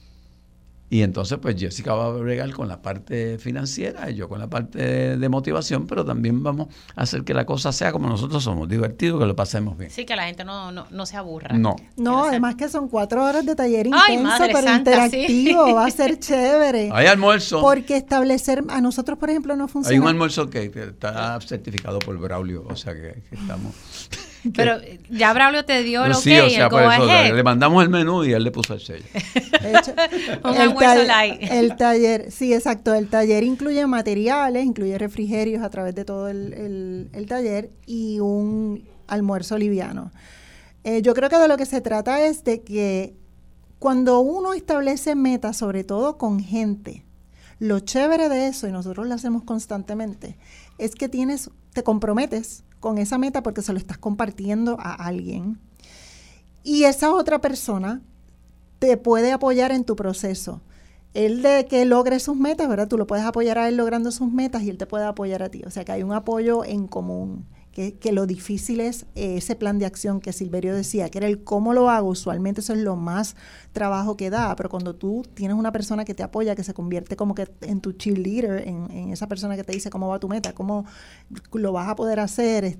H: Y entonces, pues Jessica va a bregar con la parte financiera y yo con la parte de motivación, pero también vamos a hacer que la cosa sea como nosotros somos, divertido, que lo pasemos bien.
B: Sí, que la gente no se aburra.
I: No, además que son 4 horas de taller intenso, pero
B: santa,
I: interactivo, sí. Va a ser chévere.
H: Hay almuerzo.
I: Porque establecer, a nosotros, por ejemplo, no funciona.
H: Hay un almuerzo que está certificado por Braulio, o sea que estamos...
B: Pero ya Braulio te dio lo
H: sí,
B: que
H: o sea, por eso le mandamos el menú y él le puso el sello.
I: De hecho, el taller, sí, exacto. El taller incluye materiales, incluye refrigerios a través de todo el taller y un almuerzo liviano. Yo creo que de lo que se trata es de que cuando uno establece metas, sobre todo con gente, lo chévere de eso, y nosotros lo hacemos constantemente, es que te comprometes con esa meta porque se lo estás compartiendo a alguien. Y esa otra persona te puede apoyar en tu proceso. Él de que logre sus metas, ¿verdad? Tú lo puedes apoyar a él logrando sus metas y él te puede apoyar a ti. O sea que hay un apoyo en común. Que lo difícil es ese plan de acción que Silverio decía, que era el cómo lo hago. Usualmente eso es lo más trabajo que da, pero cuando tú tienes una persona que te apoya, que se convierte como que en tu cheerleader, en esa persona que te dice cómo va tu meta, cómo lo vas a poder hacer,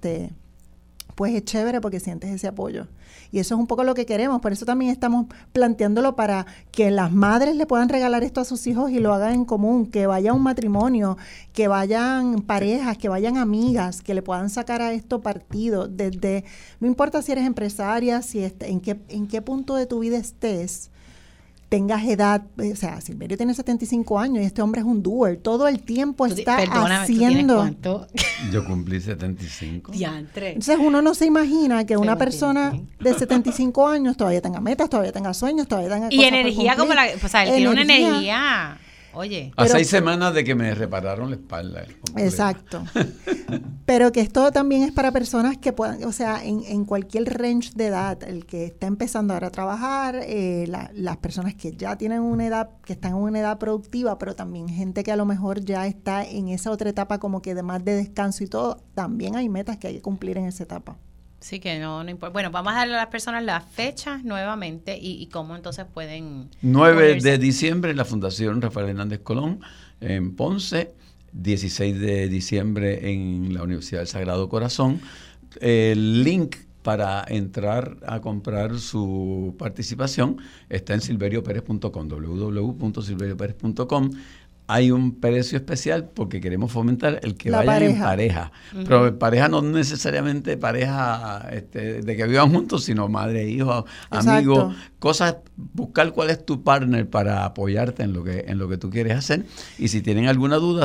I: pues es chévere porque sientes ese apoyo. Y eso es un poco lo que queremos. Por eso también estamos planteándolo para que las madres le puedan regalar esto a sus hijos y lo hagan en común, que vaya un matrimonio, que vayan parejas, que vayan amigas, que le puedan sacar a esto partido. Desde, no importa si eres empresaria, si en qué punto de tu vida estés, tengas edad, o sea, Silverio tiene 75 años y este hombre es un doer, todo el tiempo está haciendo.
B: ¿Cuánto?
H: Yo cumplí 75.
B: Diantre.
I: Entonces uno no se imagina que una persona de 75 años todavía tenga metas, todavía tenga sueños, todavía tenga
B: y energía como o sea, él tiene una energía. Oye.
H: A 6 semanas de que me repararon la espalda.
I: Exacto. Pero que esto también es para personas que puedan, o sea, en cualquier range de edad, el que está empezando ahora a trabajar, las personas que ya tienen una edad, que están en una edad productiva, pero también gente que a lo mejor ya está en esa otra etapa como que de más de descanso y todo, también hay metas que hay que cumplir en esa etapa.
B: Sí, que no importa. Bueno, vamos a darle a las personas las fechas nuevamente y cómo entonces pueden...
H: 9 de diciembre en la Fundación Rafael Hernández Colón en Ponce, 16 de diciembre en la Universidad del Sagrado Corazón. El link para entrar a comprar su participación está en silverioperez.com, www.silverioperez.com. Hay un precio especial porque queremos fomentar el que vayan en pareja. Uh-huh. Pero en pareja no necesariamente pareja de que vivan juntos, sino madre, hijo, amigo, cosas, buscar cuál es tu partner para apoyarte en lo que tú quieres hacer. Y si tienen alguna duda,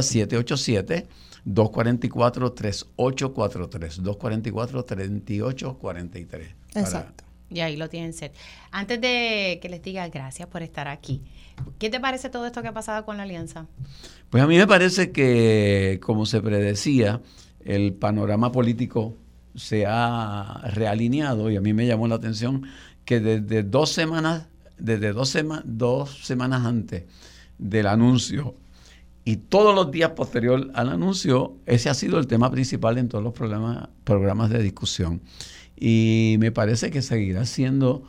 H: 787-244-3843, 244-3843.
I: Exacto.
B: Y ahí lo tienen set. Antes de que les diga gracias por estar aquí, ¿qué te parece todo esto que ha pasado con la alianza?
H: Pues a mí me parece que, como se predecía, el panorama político se ha realineado, y a mí me llamó la atención que desde dos semanas antes del anuncio y todos los días posterior al anuncio, ese ha sido el tema principal en todos los programas de discusión. Y me parece que seguirá siendo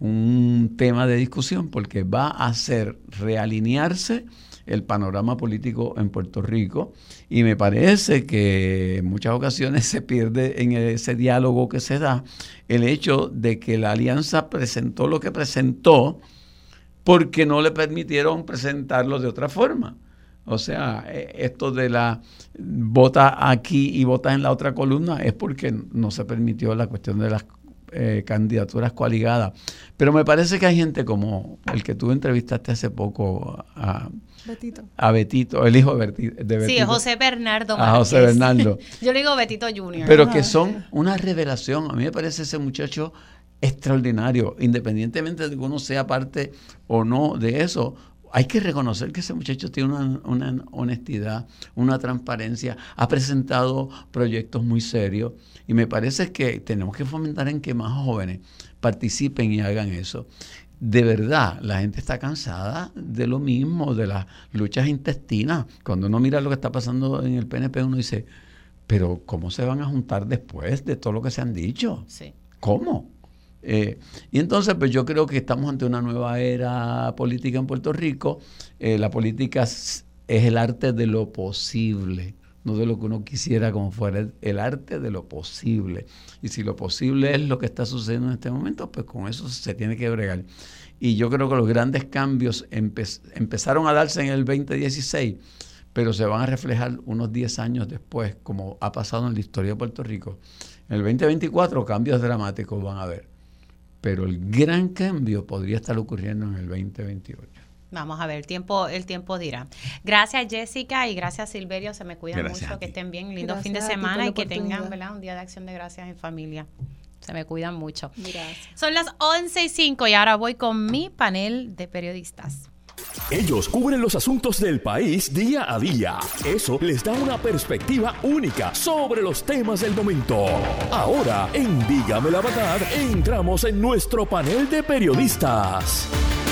H: un tema de discusión porque va a hacer realinearse el panorama político en Puerto Rico, y me parece que en muchas ocasiones se pierde en ese diálogo que se da el hecho de que la alianza presentó lo que presentó porque no le permitieron presentarlo de otra forma. O sea, esto de la vota aquí y vota en la otra columna es porque no se permitió la cuestión de las candidaturas coaligadas. Pero me parece que hay gente como el que tú entrevistaste hace poco a Betito, el hijo de Betito.
B: Sí, José Bernardo
H: Márquez. A José Bernardo.
B: Yo le digo Betito Junior.
H: Pero que son una revelación. A mí me parece ese muchacho extraordinario, independientemente de que uno sea parte o no de eso. Hay que reconocer que ese muchacho tiene una honestidad, una transparencia, ha presentado proyectos muy serios, y me parece que tenemos que fomentar en que más jóvenes participen y hagan eso. De verdad, la gente está cansada de lo mismo, de las luchas intestinas. Cuando uno mira lo que está pasando en el PNP, uno dice, pero ¿cómo se van a juntar después de todo lo que se han dicho?
B: Sí.
H: ¿Cómo? Y entonces, pues yo creo que estamos ante una nueva era política en Puerto Rico. La política es el arte de lo posible, no de lo que uno quisiera como fuera, el arte de lo posible. Y si lo posible es lo que está sucediendo en este momento, pues con eso se tiene que bregar. Y yo creo que los grandes cambios empezaron a darse en el 2016, pero se van a reflejar unos 10 años después, como ha pasado en la historia de Puerto Rico. En el 2024 cambios dramáticos van a haber, pero el gran cambio podría estar ocurriendo en el 2028.
B: Vamos a ver, el tiempo dirá. Gracias, Jessica, y gracias, Silverio. Se me cuidan mucho, que estén bien, lindo fin de semana y que tengan, ¿verdad?, un día de acción de gracias en familia. Se me cuidan mucho.
I: Gracias.
B: Son las 11:05 y ahora voy con mi panel de periodistas.
A: Ellos cubren los asuntos del país día a día. Eso les da una perspectiva única sobre los temas del momento. Ahora, en Dígame la Verdad, entramos en nuestro panel de periodistas.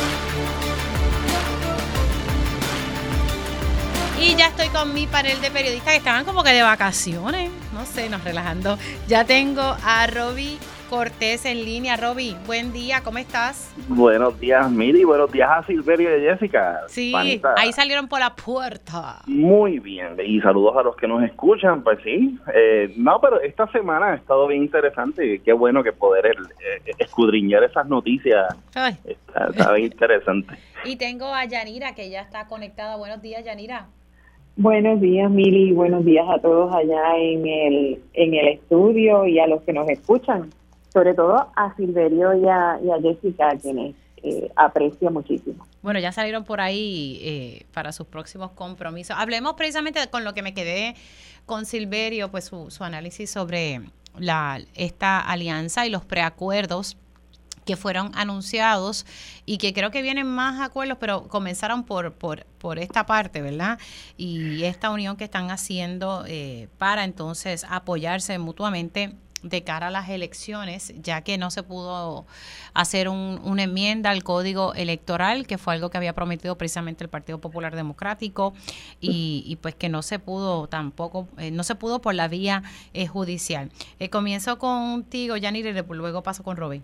B: Y ya estoy con mi panel de periodistas que estaban como que de vacaciones. No sé, nos relajando. Ya tengo a Roby Cortés en línea. Roby, buen día, ¿cómo estás?
J: Buenos días, Miri, buenos días a Silverio y a Jessica.
B: Sí,
J: Panita.
B: Ahí salieron por la puerta.
J: Muy bien, y saludos a los que nos escuchan, pues sí. No, pero esta semana ha estado bien interesante, y qué bueno que poder escudriñar esas noticias.
B: Ay.
J: Está bien interesante.
B: Y tengo a Yanira, que ya está conectada. Buenos días, Yanira.
K: Buenos días, Mili, buenos días a todos allá en el estudio y a los que nos escuchan. Sobre todo a Silverio y a Jessica, a quienes aprecio muchísimo.
B: Bueno, ya salieron por ahí para sus próximos compromisos. Hablemos precisamente con lo que me quedé con Silverio, pues su análisis sobre esta alianza y los preacuerdos que fueron anunciados y que creo que vienen más acuerdos, pero comenzaron por esta parte, ¿verdad? Y esta unión que están haciendo para entonces apoyarse mutuamente de cara a las elecciones, ya que no se pudo hacer una enmienda al Código Electoral, que fue algo que había prometido precisamente el Partido Popular Democrático, y pues que no se pudo tampoco, no se pudo por la vía judicial. Comienzo contigo, Yanira, y luego paso con Robin.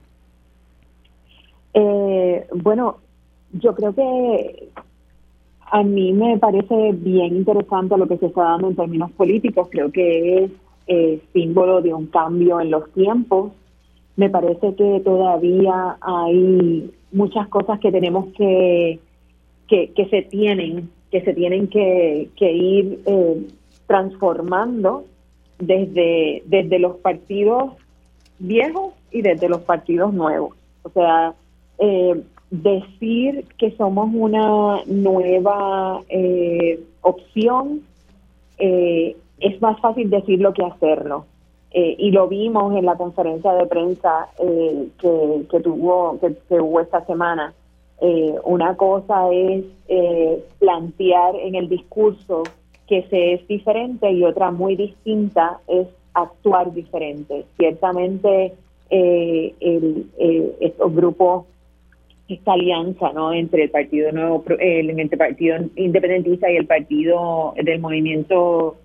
K: Bueno, yo creo que a mí me parece bien interesante lo que se está dando en términos políticos. Creo que es símbolo de un cambio en los tiempos. Me parece que todavía hay muchas cosas que tenemos que se tienen que ir transformando desde los partidos viejos y desde los partidos nuevos. O sea, decir que somos una nueva opción, es más fácil decirlo que hacerlo. y lo vimos en la conferencia de prensa que hubo esta semana. Una cosa es plantear en el discurso que se es diferente y otra muy distinta es actuar diferente. Ciertamente estos grupos, esta alianza, ¿no?, entre el Partido Nuevo, entre el Partido Independentista y el Partido del Movimiento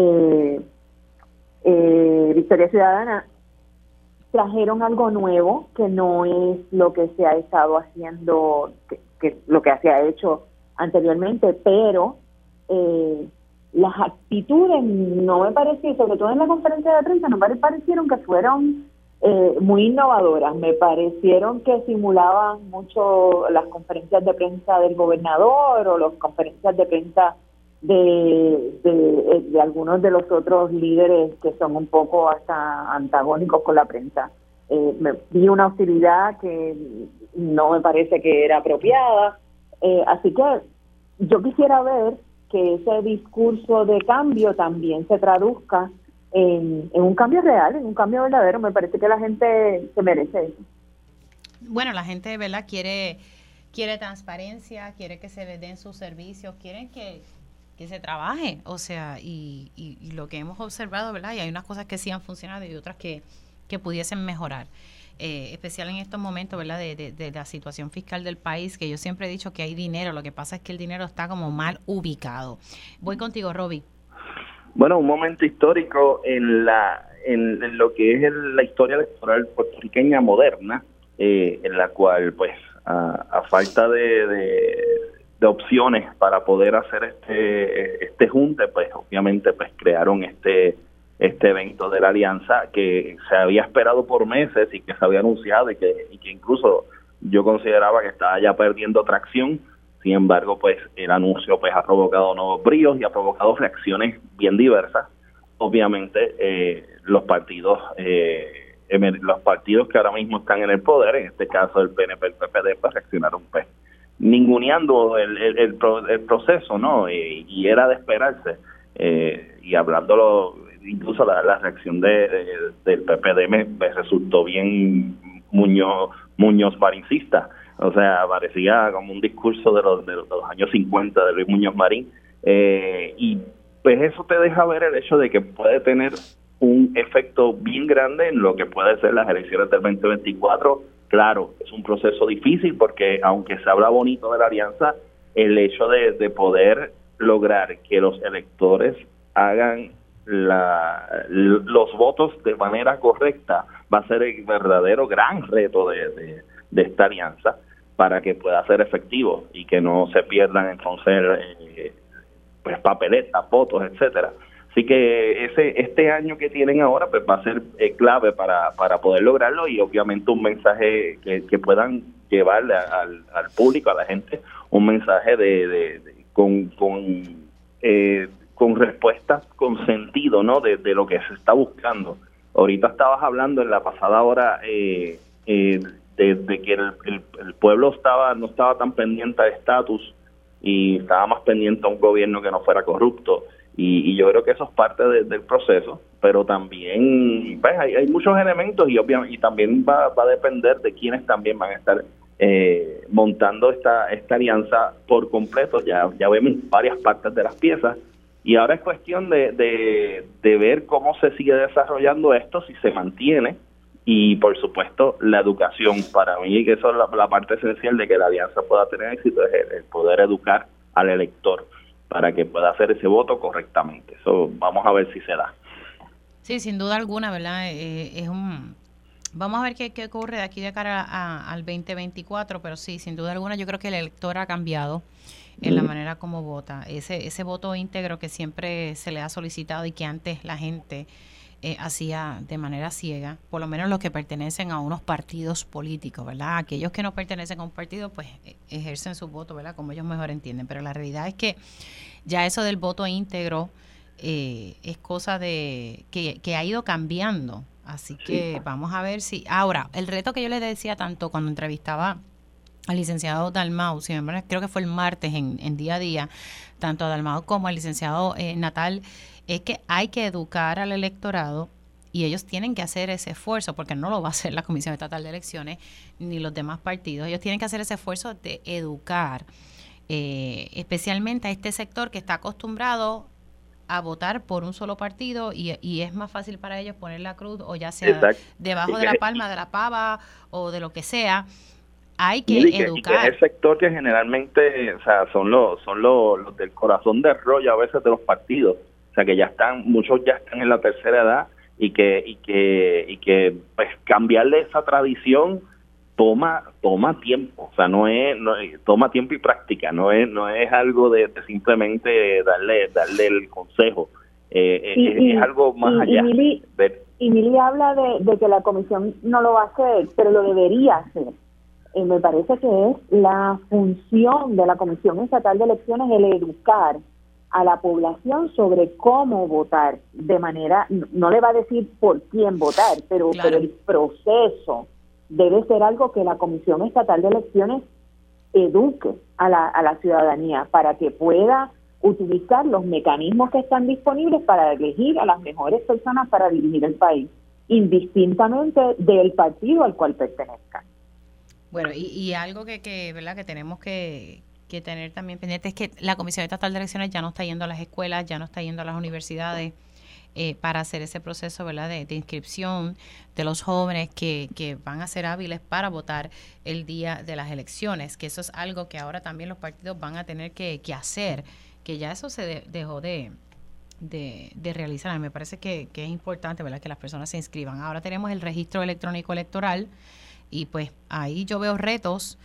K: Victoria Ciudadana, trajeron algo nuevo que no es lo que se ha estado haciendo, que lo que se ha hecho anteriormente, pero las actitudes no me parecieron, sobre todo en la conferencia de prensa, no me parecieron que fueron muy innovadoras. Me parecieron que simulaban mucho las conferencias de prensa del gobernador o las conferencias de prensa de algunos de los otros líderes que son un poco hasta antagónicos con la prensa. Vi una hostilidad que no me parece que era apropiada, así que yo quisiera ver que ese discurso de cambio también se traduzca en un cambio real, en un cambio verdadero. Me parece que la gente se merece eso.
B: Bueno, la gente, ¿verdad?, quiere transparencia, quiere que se les den sus servicios, quieren que se trabaje, o sea, y lo que hemos observado, ¿verdad?, y hay unas cosas que sí han funcionado y otras que pudiesen mejorar, especial en estos momentos, ¿verdad?, de la situación fiscal del país, que yo siempre he dicho que hay dinero, lo que pasa es que el dinero está como mal ubicado. Voy contigo, Roby.
J: Bueno, un momento histórico en lo que es la historia electoral puertorriqueña moderna, en la cual, pues, a falta de opciones para poder hacer este junte, pues obviamente pues crearon este evento de la alianza que se había esperado por meses y que se había anunciado y que incluso yo consideraba que estaba ya perdiendo tracción. Sin embargo, pues el anuncio pues ha provocado nuevos bríos y ha provocado reacciones bien diversas. Obviamente los partidos que ahora mismo están en el poder, en este caso el PNP, el PPD, pues reaccionaron pues ninguneando el proceso, ¿no? Y era de esperarse. Y hablándolo, incluso la reacción del PPD me resultó bien Muñoz marincista. O sea, parecía como un discurso de los años 50 de Luis Muñoz Marín. Y pues eso te deja ver el hecho de que puede tener un efecto bien grande en lo que puede ser las elecciones del 2024. Claro, es un proceso difícil porque aunque se habla bonito de la alianza, el hecho de poder lograr que los electores hagan los votos de manera correcta va a ser el verdadero gran reto de esta alianza para que pueda ser efectivo y que no se pierdan entonces pues papeletas, votos, etcétera. Así que este año que tienen ahora pues va a ser clave para poder lograrlo y obviamente un mensaje que puedan llevarle al público, a la gente, un mensaje con respuestas con sentido, ¿no? De lo que se está buscando. Ahorita estabas hablando en la pasada hora de que el pueblo no estaba tan pendiente al estatus y estaba más pendiente a un gobierno que no fuera corrupto. Y yo creo que eso es parte del proceso, pero también pues, hay muchos elementos y también va a depender de quiénes también van a estar montando esta alianza por completo. Ya vemos varias partes de las piezas y ahora es cuestión de ver cómo se sigue desarrollando esto, si se mantiene y por supuesto la educación. Para mí que eso es la parte esencial de que la alianza pueda tener éxito, es el poder educar al elector para que pueda hacer ese voto correctamente. Eso vamos a ver si se da.
B: Sí, sin duda alguna, ¿verdad? Vamos a ver qué ocurre de aquí de cara al 2024, pero sí, sin duda alguna yo creo que el elector ha cambiado en la manera como vota. Ese voto íntegro que siempre se le ha solicitado y que antes la gente hacía de manera ciega, por lo menos los que pertenecen a unos partidos políticos, ¿verdad? Aquellos que no pertenecen a un partido, pues ejercen su voto, ¿verdad? Como ellos mejor entienden, pero la realidad es que ya eso del voto íntegro es cosa de que ha ido cambiando, así que vamos a ver si... Ahora, el reto que yo les decía tanto cuando entrevistaba al licenciado Dalmau, creo que fue el martes en Día a Día, tanto a Dalmau como al licenciado Natal, es que hay que educar al electorado y ellos tienen que hacer ese esfuerzo, porque no lo va a hacer la Comisión Estatal de Elecciones ni los demás partidos. Ellos tienen que hacer ese esfuerzo de educar, especialmente a este sector que está acostumbrado a votar por un solo partido y es más fácil para ellos poner la cruz o ya sea debajo de la palma de la pava o de lo que sea. Hay que educar.
J: Y que es el sector que generalmente, o sea, son los del corazón de rollo a veces de los partidos, o sea, que ya están, muchos ya están en la tercera edad y que pues cambiarle esa tradición toma tiempo, o sea, toma tiempo y práctica, no es algo de simplemente darle el consejo, es algo más allá.
K: Y Mili habla de que la comisión no lo va a hacer, pero lo debería hacer. Me parece que es la función de la Comisión Estatal de Elecciones el educar a la población sobre cómo votar, de manera, no le va a decir por quién votar, pero el proceso debe ser algo que la Comisión Estatal de Elecciones eduque a la ciudadanía para que pueda utilizar los mecanismos que están disponibles para elegir a las mejores personas para dirigir el país, indistintamente del partido al cual pertenezcan.
B: Bueno, y algo que ¿verdad?, que tenemos que tener también pendiente es que la Comisión Estatal de Elecciones ya no está yendo a las escuelas, ya no está yendo a las universidades para hacer ese proceso, ¿verdad?, de inscripción de los jóvenes que van a ser hábiles para votar el día de las elecciones, que eso es algo que ahora también los partidos van a tener que hacer, que ya eso se dejó de realizar. Me parece que es importante, ¿verdad?, que las personas se inscriban. Ahora tenemos el registro electrónico electoral y pues ahí yo veo retos.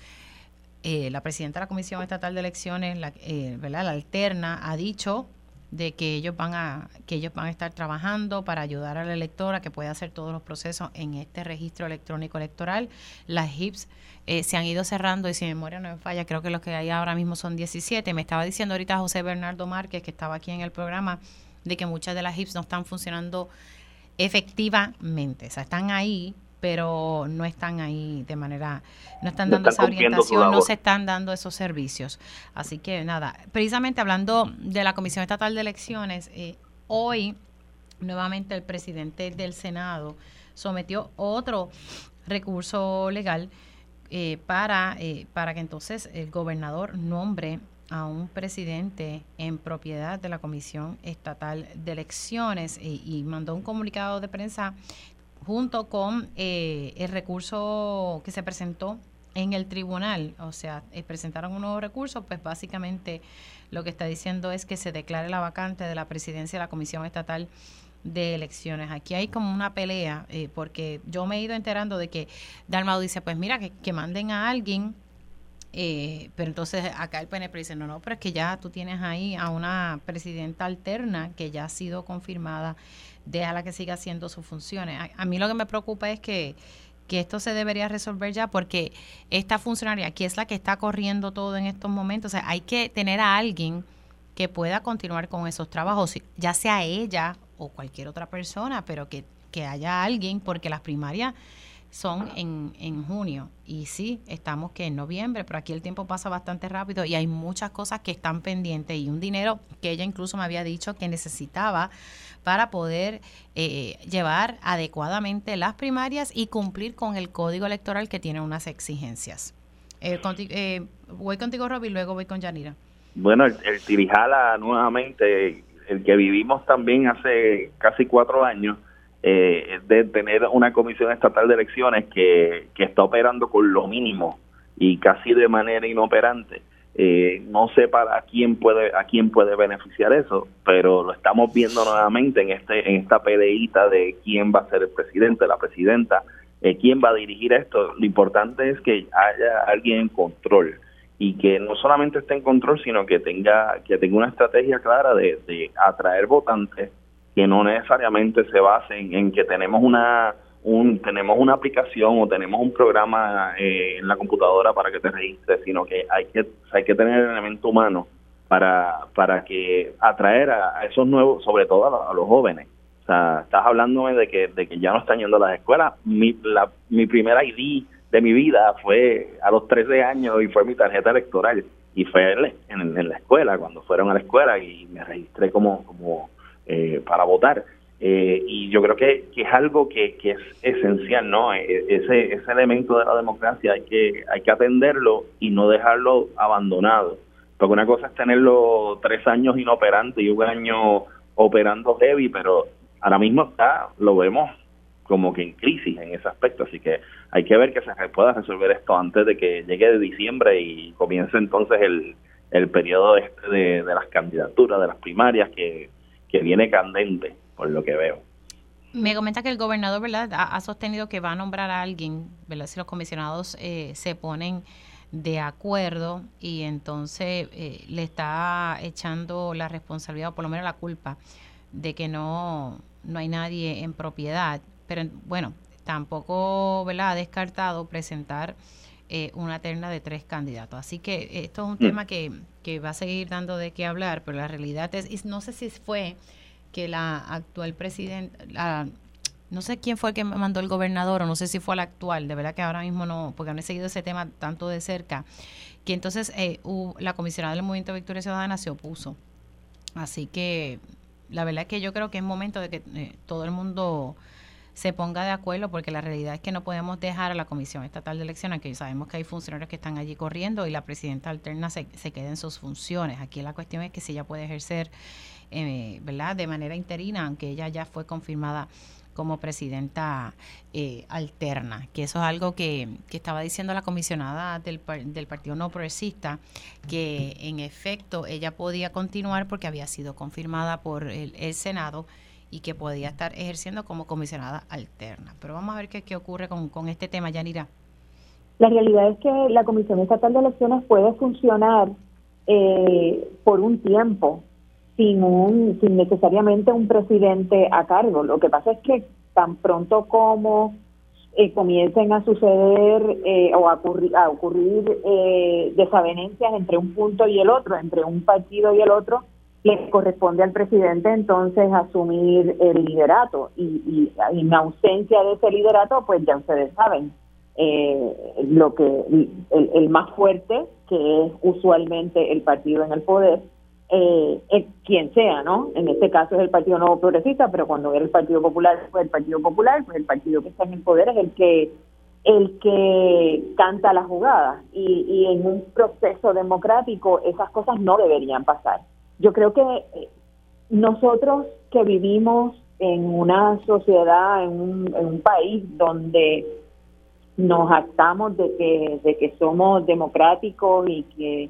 B: La presidenta de la Comisión Estatal de Elecciones, ¿verdad?, la alterna, ha dicho de que ellos van a estar trabajando para ayudar al elector a que pueda hacer todos los procesos en este registro electrónico electoral. Las HIPS se han ido cerrando y si mi memoria no me falla, creo que los que hay ahora mismo son 17. Me estaba diciendo ahorita José Bernardo Márquez, que estaba aquí en el programa, de que muchas de las HIPS no están funcionando efectivamente, o sea, están ahí, pero no están ahí de manera, no están dando esa orientación, no se están dando esos servicios. Así que nada, precisamente hablando de la Comisión Estatal de Elecciones, hoy nuevamente el presidente del Senado sometió otro recurso legal para que entonces el gobernador nombre a un presidente en propiedad de la Comisión Estatal de Elecciones y mandó un comunicado de prensa junto con el recurso que se presentó en el tribunal. O sea, presentaron un nuevo recurso, pues básicamente lo que está diciendo es que se declare la vacante de la presidencia de la Comisión Estatal de Elecciones. Aquí hay como una pelea, porque yo me he ido enterando de que Dalmau dice, pues mira, que manden a alguien, pero entonces acá el PNP dice, no, pero es que ya tú tienes ahí a una presidenta alterna que ya ha sido confirmada, déjala que siga haciendo sus funciones. A mí lo que me preocupa es que esto se debería resolver ya, porque esta funcionaria aquí es la que está corriendo todo en estos momentos. O sea, hay que tener a alguien que pueda continuar con esos trabajos, ya sea ella o cualquier otra persona, pero que haya alguien, porque las primarias son en junio y sí, estamos que en noviembre, pero aquí el tiempo pasa bastante rápido y hay muchas cosas que están pendientes y un dinero que ella incluso me había dicho que necesitaba para poder llevar adecuadamente las primarias y cumplir con el código electoral que tiene unas exigencias. Voy contigo, Roby, y luego voy con Yanira.
J: Bueno, el Tirijala nuevamente, el que vivimos también hace casi 4 años, de tener una comisión estatal de elecciones que está operando con lo mínimo y casi de manera inoperante. No sé a quién puede beneficiar eso, pero lo estamos viendo nuevamente en esta peleita de quién va a ser el presidente, la presidenta, quién va a dirigir esto. Lo importante es que haya alguien en control y que no solamente esté en control, sino que tenga una estrategia clara de atraer votantes, que no necesariamente se basen en que tenemos una aplicación o tenemos un programa en la computadora para que te registres, sino que hay que tener el elemento humano para que atraer a esos nuevos, sobre todo a los jóvenes. O sea, estás hablándome de que ya no están yendo a las escuelas. Mi primera ID de mi vida fue a los 13 años y fue mi tarjeta electoral y fue en la escuela, cuando fueron a la escuela y me registré como para votar. Y yo creo que es algo que es esencial, ¿no? Ese elemento de la democracia hay que atenderlo y no dejarlo abandonado. Porque una cosa es tenerlo 3 años inoperante y 1 año operando heavy, pero ahora mismo lo vemos como que en crisis en ese aspecto, así que hay que ver que se pueda resolver esto antes de que llegue de diciembre y comience entonces el periodo de las candidaturas, de las primarias, que viene candente, por lo que veo.
B: Me comenta que el gobernador, ¿verdad?, ha sostenido que va a nombrar a alguien, ¿verdad?, si los comisionados se ponen de acuerdo, y entonces le está echando la responsabilidad, o por lo menos la culpa, de que no hay nadie en propiedad. Pero bueno, tampoco, ¿verdad?, ha descartado presentar una terna de 3 candidatos. Así que esto es un tema que va a seguir dando de qué hablar, pero la realidad es, y no sé si fue que la actual presidenta, no sé quién fue el que mandó el gobernador, o no sé si fue la actual, de verdad que ahora mismo no, porque no he seguido ese tema tanto de cerca, que entonces la comisionada del Movimiento Victoria Ciudadana se opuso. Así que la verdad es que yo creo que es momento de que todo el mundo se ponga de acuerdo, porque la realidad es que no podemos dejar a la Comisión Estatal de Elecciones, que sabemos que hay funcionarios que están allí corriendo y la presidenta alterna se quede en sus funciones. Aquí la cuestión es que si ella puede ejercer, ¿verdad?, de manera interina, aunque ella ya fue confirmada como presidenta alterna, que eso es algo que estaba diciendo la comisionada del Partido No Progresista, que en efecto ella podía continuar porque había sido confirmada por el Senado y que podía estar ejerciendo como comisionada alterna. Pero vamos a ver qué ocurre con este tema, Yanira.
K: La realidad es que la Comisión Estatal de Elecciones puede funcionar por un tiempo sin necesariamente un presidente a cargo. Lo que pasa es que tan pronto como comiencen a suceder o a ocurrir desavenencias entre un punto y el otro, entre un partido y el otro, le corresponde al presidente entonces asumir el liderato, y en ausencia de ese liderato, pues ya ustedes saben, lo que el más fuerte, que es usualmente el partido en el poder, quien sea, ¿no? En este caso es el Partido Nuevo Progresista, pero cuando era el Partido Popular fue el Partido Popular, pues el partido que está en el poder es el que canta la jugada, y en un proceso democrático esas cosas no deberían pasar. Yo creo que nosotros que vivimos en una sociedad, en un país donde nos jactamos de que somos democráticos y que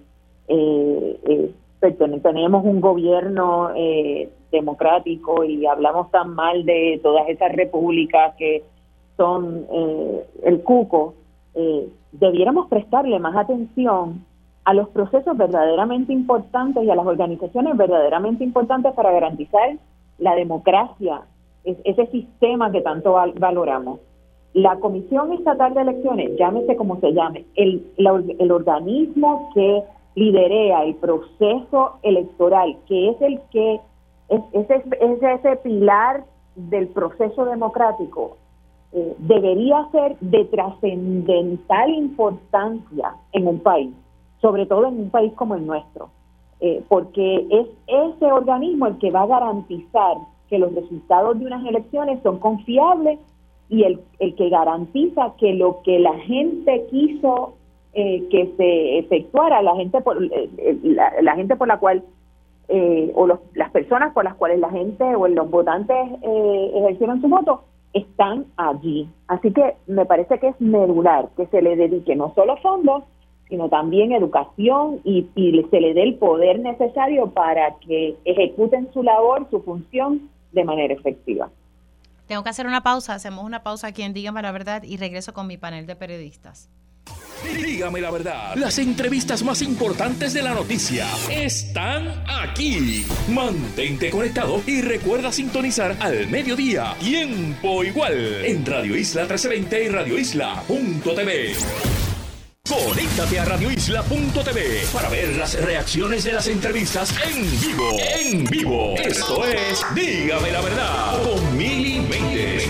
K: tenemos un gobierno democrático, y hablamos tan mal de todas esas repúblicas que son el cuco, debiéramos prestarle más atención a los procesos verdaderamente importantes y a las organizaciones verdaderamente importantes para garantizar la democracia, ese sistema que tanto valoramos. La Comisión Estatal de Elecciones, llámese como se llame, el organismo que liderea el proceso electoral, que es el que es ese pilar del proceso democrático, debería ser de trascendental importancia en un país, sobre todo en un país como el nuestro, porque es ese organismo el que va a garantizar que los resultados de unas elecciones son confiables, y el que garantiza que lo que la gente quiso que se efectuara, la gente por la cual las personas por las cuales la gente o los votantes ejercieron su voto están allí. Así que me parece que es medular que se le dedique no solo fondos, sino también educación, y se le dé el poder necesario para que ejecuten su labor, su función de manera efectiva.
B: Tengo que hacer una pausa, hacemos una pausa aquí en Dígame la Verdad y regreso con mi panel de periodistas.
A: Dígame la verdad. Las entrevistas más importantes de la noticia están aquí. Mantente conectado y recuerda sintonizar al mediodía, tiempo igual, en Radio Isla 1320 y radioisla.tv. Conéctate a radioisla.tv para ver las reacciones de las entrevistas en vivo. En vivo. Esto es Dígame la Verdad con Mili Méndez.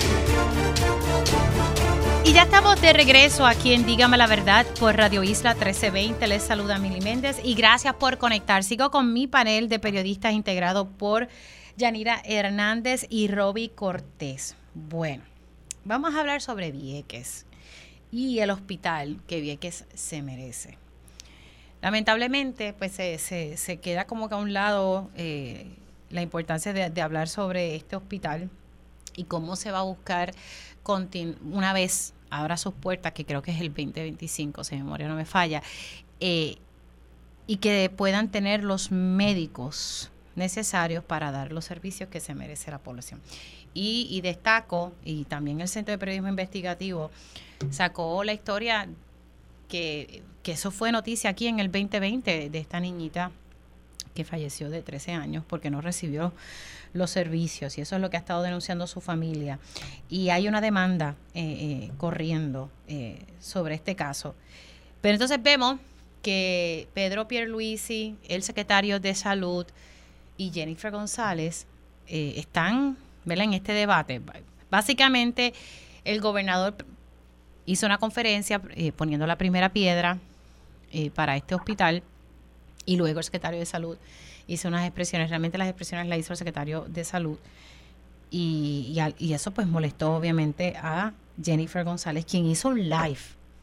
B: Y ya estamos de regreso aquí en Dígame la Verdad por Radio Isla 1320. Les saluda Mili Méndez y gracias por conectar. Sigo con mi panel de periodistas integrado por Yanira Hernández y Roby Cortés. Bueno, vamos a hablar sobre Vieques y el hospital que Vieques se merece. Lamentablemente, pues se queda como que a un lado la importancia de hablar sobre este hospital y cómo se va a buscar una vez abra sus puertas, que creo que es el 2025, si mi memoria no me falla, y que puedan tener los médicos necesarios para dar los servicios que se merece la población. Y destaco, y también el Centro de Periodismo Investigativo sacó la historia que eso fue noticia aquí en el 2020 de esta niñita que falleció de 13 años porque no recibió los servicios, y eso es lo que ha estado denunciando su familia. Y hay una demanda corriendo sobre este caso. Pero entonces vemos que Pedro Pierluisi, el secretario de Salud, y Jennifer González están, ¿verdad?, en este debate. Básicamente, el gobernador hizo una conferencia poniendo la primera piedra para este hospital, y luego el secretario de Salud hizo unas expresiones. Realmente las expresiones las hizo el secretario de Salud, y eso pues molestó obviamente a Jennifer González, quien hizo un live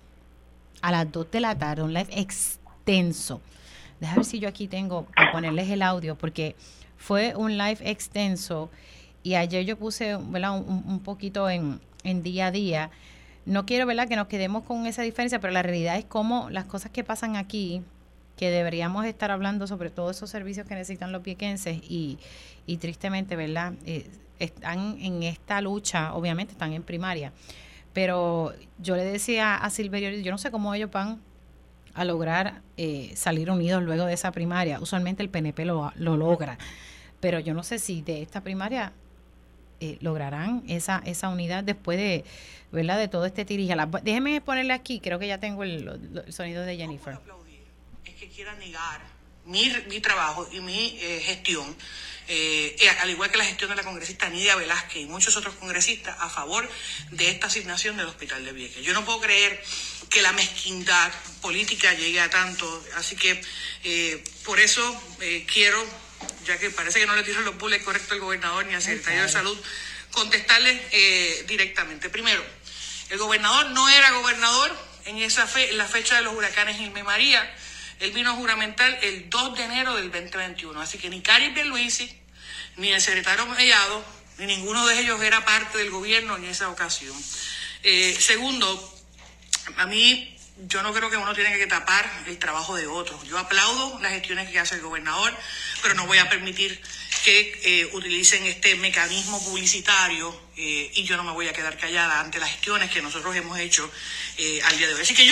B: a las 2 de la tarde, un live extenso. Déjame ver si yo aquí tengo para ponerles el audio, porque fue un live extenso, y ayer yo puse, ¿verdad?, un poquito en día a día. No quiero, ¿verdad?, que nos quedemos con esa diferencia, pero la realidad es cómo las cosas que pasan aquí, que deberíamos estar hablando sobre todos esos servicios que necesitan los viequenses, y tristemente, ¿verdad?, están en esta lucha. Obviamente están en primaria, pero yo le decía a Silverio, yo no sé cómo ellos van a lograr salir unidos luego de esa primaria. Usualmente el PNP lo logra, pero yo no sé si de esta primaria lograrán esa unidad después de, ¿verdad?, de todo este tirijala. Déjeme ponerle aquí, creo que ya tengo el sonido de Jennifer.
L: Es que quiera negar mi trabajo y mi gestión, al igual que la gestión de la congresista Nidia Velázquez y muchos otros congresistas, a favor de esta asignación del Hospital de Vieques. Yo no puedo creer que la mezquindad política llegue a tanto, así que por eso quiero, ya que parece que no le tiro los bullets correctos al gobernador ni al secretario de Salud, contestarles directamente. Primero, el gobernador no era gobernador en la fecha de los huracanes Irma y María. Él vino a juramentar el 2 de enero del 2021. Así que ni Cari Pierluisi, ni el secretario Mellado, ni ninguno de ellos era parte del gobierno en esa ocasión. Segundo, a mí, yo no creo que uno tiene que tapar el trabajo de otros. Yo aplaudo las gestiones que hace el gobernador, pero no voy a permitir que utilicen este mecanismo publicitario, y yo no me voy a quedar callada ante las gestiones que nosotros hemos hecho al día de hoy. Así que yo...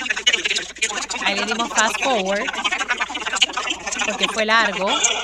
B: Ahí le dimos fast forward, porque fue largo.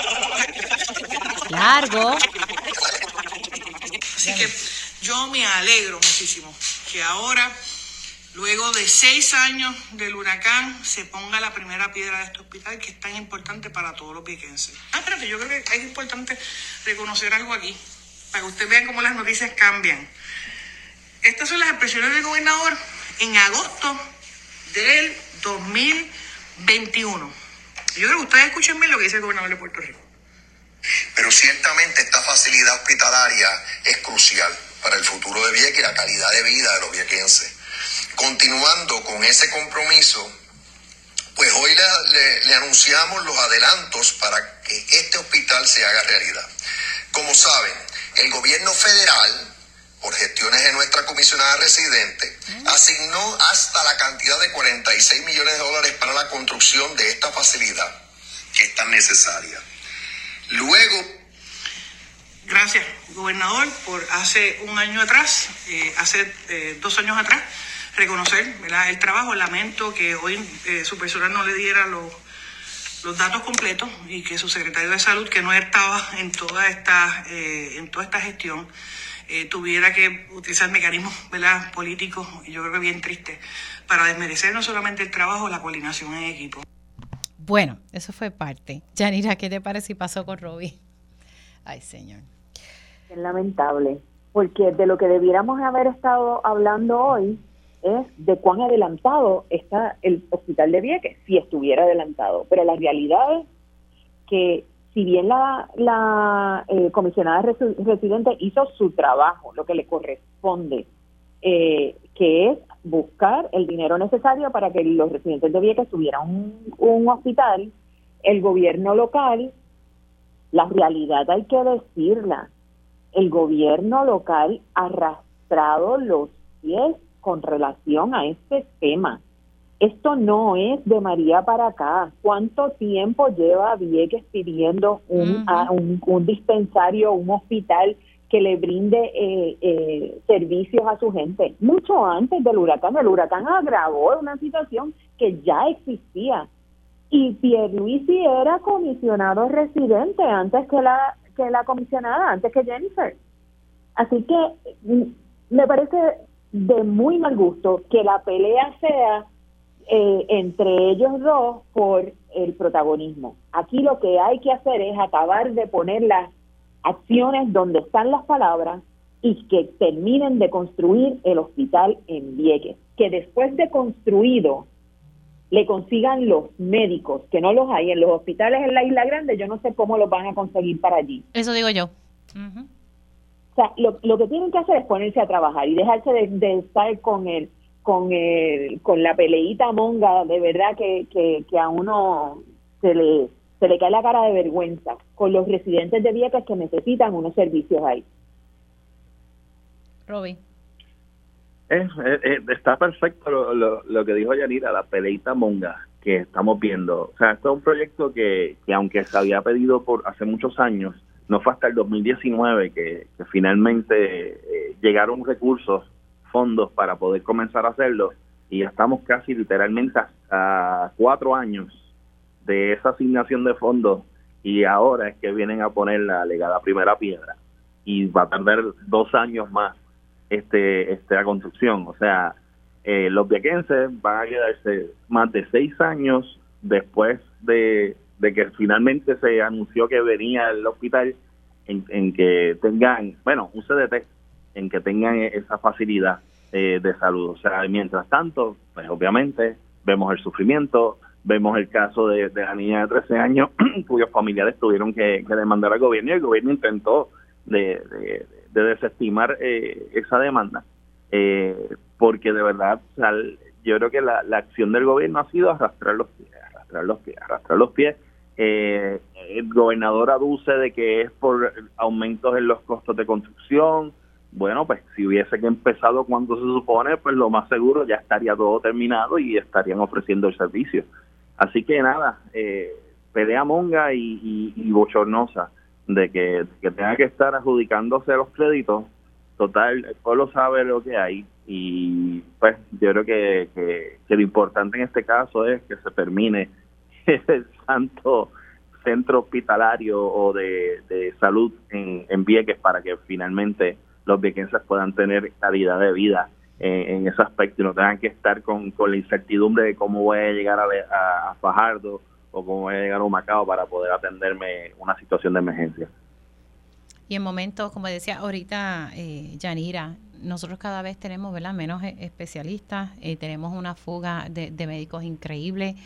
L: Así que yo me alegro muchísimo que ahora, luego de 6 años del huracán, se ponga la primera piedra de este hospital, que es tan importante para todos los viequenses. Espérate, yo creo que es importante reconocer algo aquí, para que ustedes vean cómo las noticias cambian. Estas son las expresiones del gobernador en agosto del 2021. Yo creo que ustedes escuchen bien lo que dice el gobernador de Puerto Rico.
M: Pero ciertamente esta facilidad hospitalaria es crucial para el futuro de Vieques y la calidad de vida de los viequenses. Continuando con ese compromiso, pues hoy le anunciamos los adelantos para que este hospital se haga realidad. Como saben, el gobierno federal, por gestiones de nuestra comisionada residente, asignó hasta la cantidad de $46 millones para la construcción de esta facilidad, que es tan necesaria. Luego...
L: Gracias, gobernador, por hace 2 años atrás, reconocer, ¿verdad?, el trabajo. Lamento que hoy su personal no le diera los datos completos, y que su secretario de Salud, que no estaba en toda esta gestión, tuviera que utilizar mecanismos, ¿verdad?, políticos, y yo creo que bien triste, para desmerecer no solamente el trabajo, la coordinación en equipo.
B: Bueno, eso fue parte. Yanira, ¿qué te parece si pasó con Roby? Ay, señor.
K: Es lamentable, porque de lo que debiéramos haber estado hablando hoy es de cuán adelantado está el hospital de Vieques, si estuviera adelantado. Pero la realidad es que si bien la comisionada residente hizo su trabajo, lo que le corresponde, que es buscar el dinero necesario para que los residentes de Vieques tuvieran un hospital, el gobierno local, la realidad hay que decirla, el gobierno local ha arrastrado los pies con relación a este tema. Esto no es de María para acá. ¿Cuánto tiempo lleva Vieques pidiendo un dispensario, un hospital que le brinde servicios a su gente? Mucho antes del huracán. El huracán agravó una situación que ya existía. Y Pierluisi era comisionado residente antes que la comisionada, antes que Jennifer. Así que me parece de muy mal gusto que la pelea sea entre ellos dos por el protagonismo. Aquí lo que hay que hacer es acabar de poner las acciones donde están las palabras y que terminen de construir el hospital en Vieques. Que después de construido le consigan los médicos, que no los hay en los hospitales en la Isla Grande, yo no sé cómo los van a conseguir para allí.
B: Eso digo yo.
K: O sea, lo que tienen que hacer es ponerse a trabajar y dejarse de estar con la peleita monga, de verdad que a uno se le cae la cara de vergüenza con los residentes de Vieques que necesitan unos servicios ahí.
B: Roby.
J: Está perfecto lo que dijo Yanira, la peleita monga que estamos viendo. O sea, esto es un proyecto que aunque se había pedido por hace muchos años, no fue hasta el 2019 que finalmente llegaron recursos, fondos para poder comenzar a hacerlo, y ya estamos casi literalmente a 4 años de esa asignación de fondos, y ahora es que vienen a poner la alegada primera piedra, y va a tardar 2 años más esta construcción. O sea, los viequenses van a quedarse más de 6 años después de que finalmente se anunció que venía el hospital en que tengan, un CDT, en que tengan esa facilidad de salud. O sea, mientras tanto, pues obviamente vemos el sufrimiento, vemos el caso de la niña de 13 años cuyos familiares tuvieron que demandar al gobierno, y el gobierno intentó de desestimar esa demanda, porque de verdad, o sea, yo creo que la acción del gobierno ha sido arrastrar los pies. El gobernador aduce de que es por aumentos en los costos de construcción. Bueno, pues si hubiese que empezado cuando se supone, pues lo más seguro ya estaría todo terminado y estarían ofreciendo el servicio. Así que nada, pelea monga y bochornosa de que tenga que estar adjudicándose los créditos. Total, el pueblo sabe lo que hay, y pues yo creo que lo importante en este caso es que se termine el santo centro hospitalario o de salud en Vieques, para que finalmente los viequenses puedan tener calidad de vida en ese aspecto y no tengan que estar con la incertidumbre de cómo voy a llegar a Fajardo o cómo voy a llegar a Humacao para poder atenderme una situación de emergencia.
B: Y en momentos, como decía ahorita Yanira, nosotros cada vez tenemos, ¿verdad?, menos especialistas, tenemos una fuga de médicos increíble,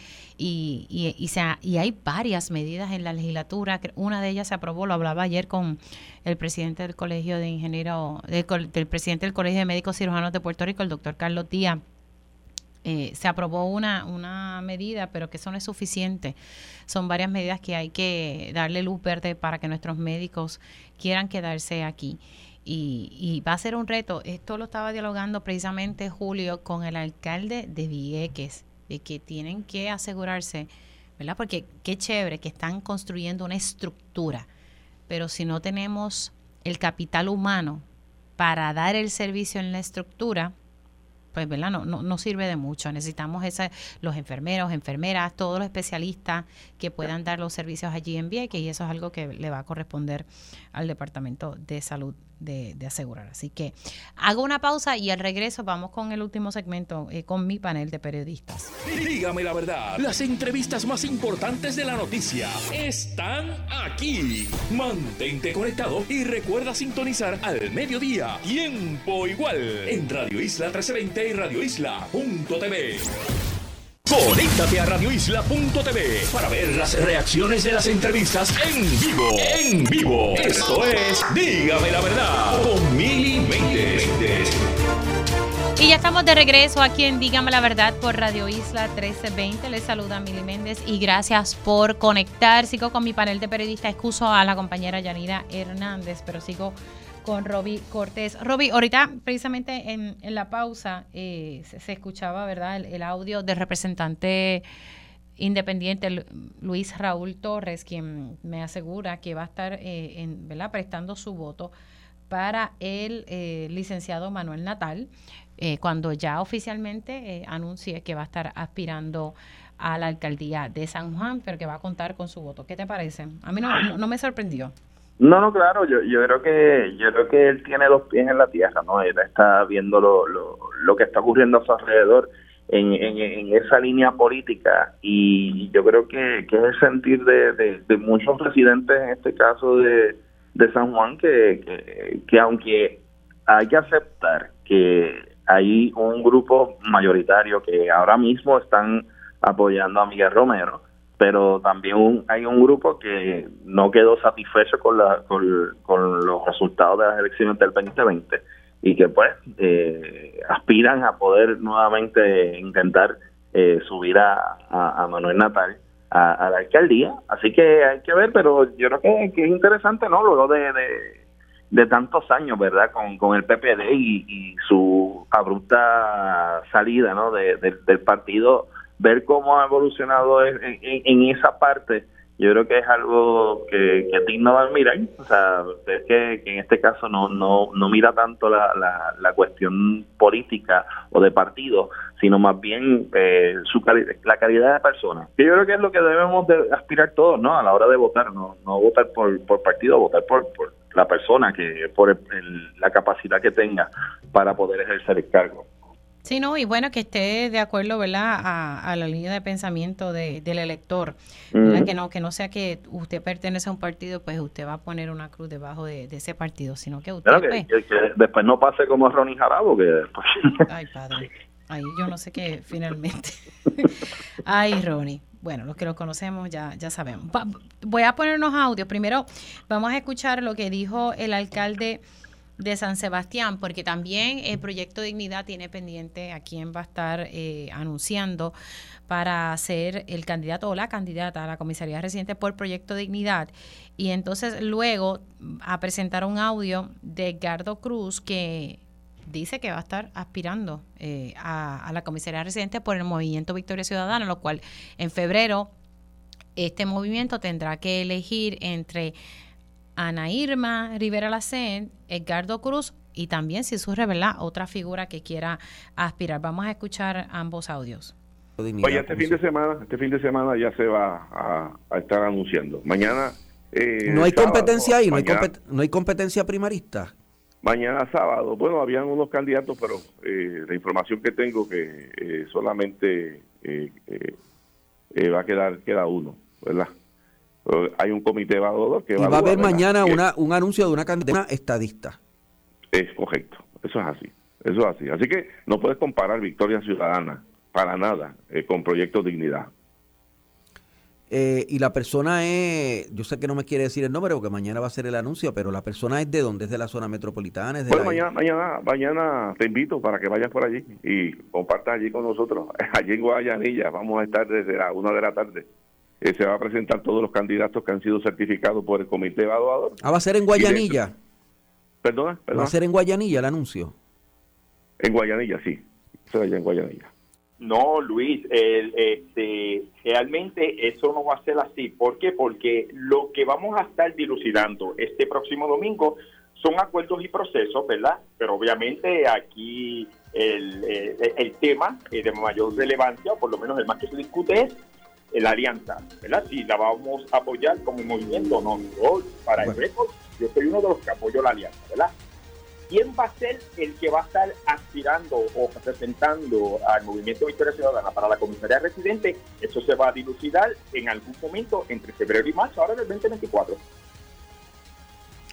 B: y hay varias medidas en la legislatura. Una de ellas se aprobó, lo hablaba ayer con el presidente del Colegio de Ingenieros, del presidente del Colegio de Médicos Cirujanos de Puerto Rico, el doctor Carlos Díaz. Se aprobó una medida, pero que eso no es suficiente. Son varias medidas que hay que darle luz verde para que nuestros médicos quieran quedarse aquí. Y va a ser un reto. Esto lo estaba dialogando precisamente Julio con el alcalde de Vieques, de que tienen que asegurarse, ¿verdad? Porque qué chévere que están construyendo una estructura, pero si no tenemos el capital humano para dar el servicio en la estructura, pues, ¿verdad?, no sirve de mucho. Necesitamos los enfermeros, enfermeras, todos los especialistas que puedan dar los servicios allí en Vieques, y eso es algo que le va a corresponder al Departamento de Salud de asegurar. Así que hago una pausa y al regreso vamos con el último segmento con mi panel de periodistas.
A: Dígame la verdad, las entrevistas más importantes de la noticia están aquí. Mantente conectado y recuerda sintonizar al mediodía, tiempo igual, en Radio Isla 1320 y radioisla.tv. Conéctate a radioisla.tv para ver las reacciones de las entrevistas en vivo. En vivo. Esto es Dígame la Verdad con Mili Méndez.
B: Y ya estamos de regreso aquí en Dígame la Verdad por Radio Isla 1320. Les saluda Mili Méndez y gracias por conectar. Sigo con mi panel de periodistas. Excuso a la compañera Yanira Hernández, pero sigo con Roby Cortés. Roby, ahorita precisamente en la pausa se escuchaba, ¿verdad?, el audio del representante independiente Luis Raúl Torres, quien me asegura que va a estar ¿verdad?, prestando su voto para el licenciado Manuel Natal, cuando ya oficialmente anuncie que va a estar aspirando a la alcaldía de San Juan, pero que va a contar con su voto. ¿Qué te parece? A mí no me sorprendió.
J: No, claro, yo creo que él tiene los pies en la tierra, ¿no? Él está viendo lo que está ocurriendo a su alrededor en esa línea política, y yo creo que es el sentir de muchos residentes, en este caso de San Juan, que aunque hay que aceptar que hay un grupo mayoritario que ahora mismo están apoyando a Miguel Romero, pero también hay un grupo que no quedó satisfecho con los resultados de las elecciones del 2020 y que pues aspiran a poder nuevamente intentar subir a Manuel Natal a la alcaldía. Así que hay que ver, pero yo creo que es interesante, ¿no? Luego de tantos años, ¿verdad?, con el PPD y su abrupta salida, ¿no?, del partido, ver cómo ha evolucionado en esa parte. Yo creo que es algo que es digno de admirar. O sea, es que en este caso no mira tanto la cuestión política o de partido, sino más bien la calidad de persona. Que yo creo que es lo que debemos de aspirar todos, ¿no?, a la hora de votar, no votar por partido, votar por la persona, por la capacidad que tenga para poder ejercer el cargo.
B: Sí, no, y bueno, que esté de acuerdo, ¿verdad?, a la línea de pensamiento del elector, ¿verdad? Que no sea que usted pertenece a un partido, pues usted va a poner una cruz debajo de ese partido, sino que usted...
J: Claro, que después no pase como Ronnie Jarabo, que después...
B: Ay, padre, ay, yo no sé qué finalmente. Ay, Ronnie. Bueno, los que lo conocemos ya sabemos. Voy a poner unos audios. Primero vamos a escuchar lo que dijo el alcalde de San Sebastián, porque también el Proyecto Dignidad tiene pendiente a quién va a estar anunciando para ser el candidato o la candidata a la comisaría residente por Proyecto Dignidad. Y entonces luego a presentar un audio de Edgardo Cruz, que dice que va a estar aspirando a la comisaría residente por el Movimiento Victoria Ciudadana, lo cual en febrero este movimiento tendrá que elegir entre Ana Irma Rivera Lacén, Edgardo Cruz y también, si surge, ¿verdad?, otra figura que quiera aspirar. Vamos a escuchar ambos audios.
N: Oye, este fin de semana ya se va a estar anunciando. Mañana
E: no hay competencia ahí, no hay competencia primarista.
N: Mañana sábado, bueno, habían unos candidatos, pero la información que tengo que solamente va a queda uno, ¿verdad? Hay un comité evaluador que
E: va a haber mañana un anuncio de una candidata estadista.
N: Es correcto, eso es así. Así que no puedes comparar Victoria Ciudadana para nada con Proyecto Dignidad.
E: Y la persona es, yo sé que no me quiere decir el nombre porque mañana va a ser el anuncio, pero la persona es de dónde, es de la zona metropolitana.
N: Bueno, mañana te invito para que vayas por allí y compartas allí con nosotros. Allí en Guayanilla vamos a estar desde la 1 de la tarde. Se va a presentar todos los candidatos que han sido certificados por el comité evaluador.
E: ¿Va a ser en Guayanilla?
N: ¿Perdona?
E: ¿Va a ser en Guayanilla el anuncio?
N: En Guayanilla, sí. Eso allá en Guayanilla.
D: No, Luis, realmente eso no va a ser así. ¿Por qué? Porque lo que vamos a estar dilucidando este próximo domingo son acuerdos y procesos, ¿verdad? Pero obviamente aquí el tema de mayor relevancia, o por lo menos el más que se discute, es la alianza, ¿verdad? Si la vamos a apoyar como movimiento o no. Yo, para el récord, yo soy uno de los que apoyo la alianza, ¿verdad? ¿Quién va a ser el que va a estar aspirando o representando al Movimiento Victoria Ciudadana para la comisaría residente? Eso se va a dilucidar en algún momento entre febrero y marzo, ahora del 2024.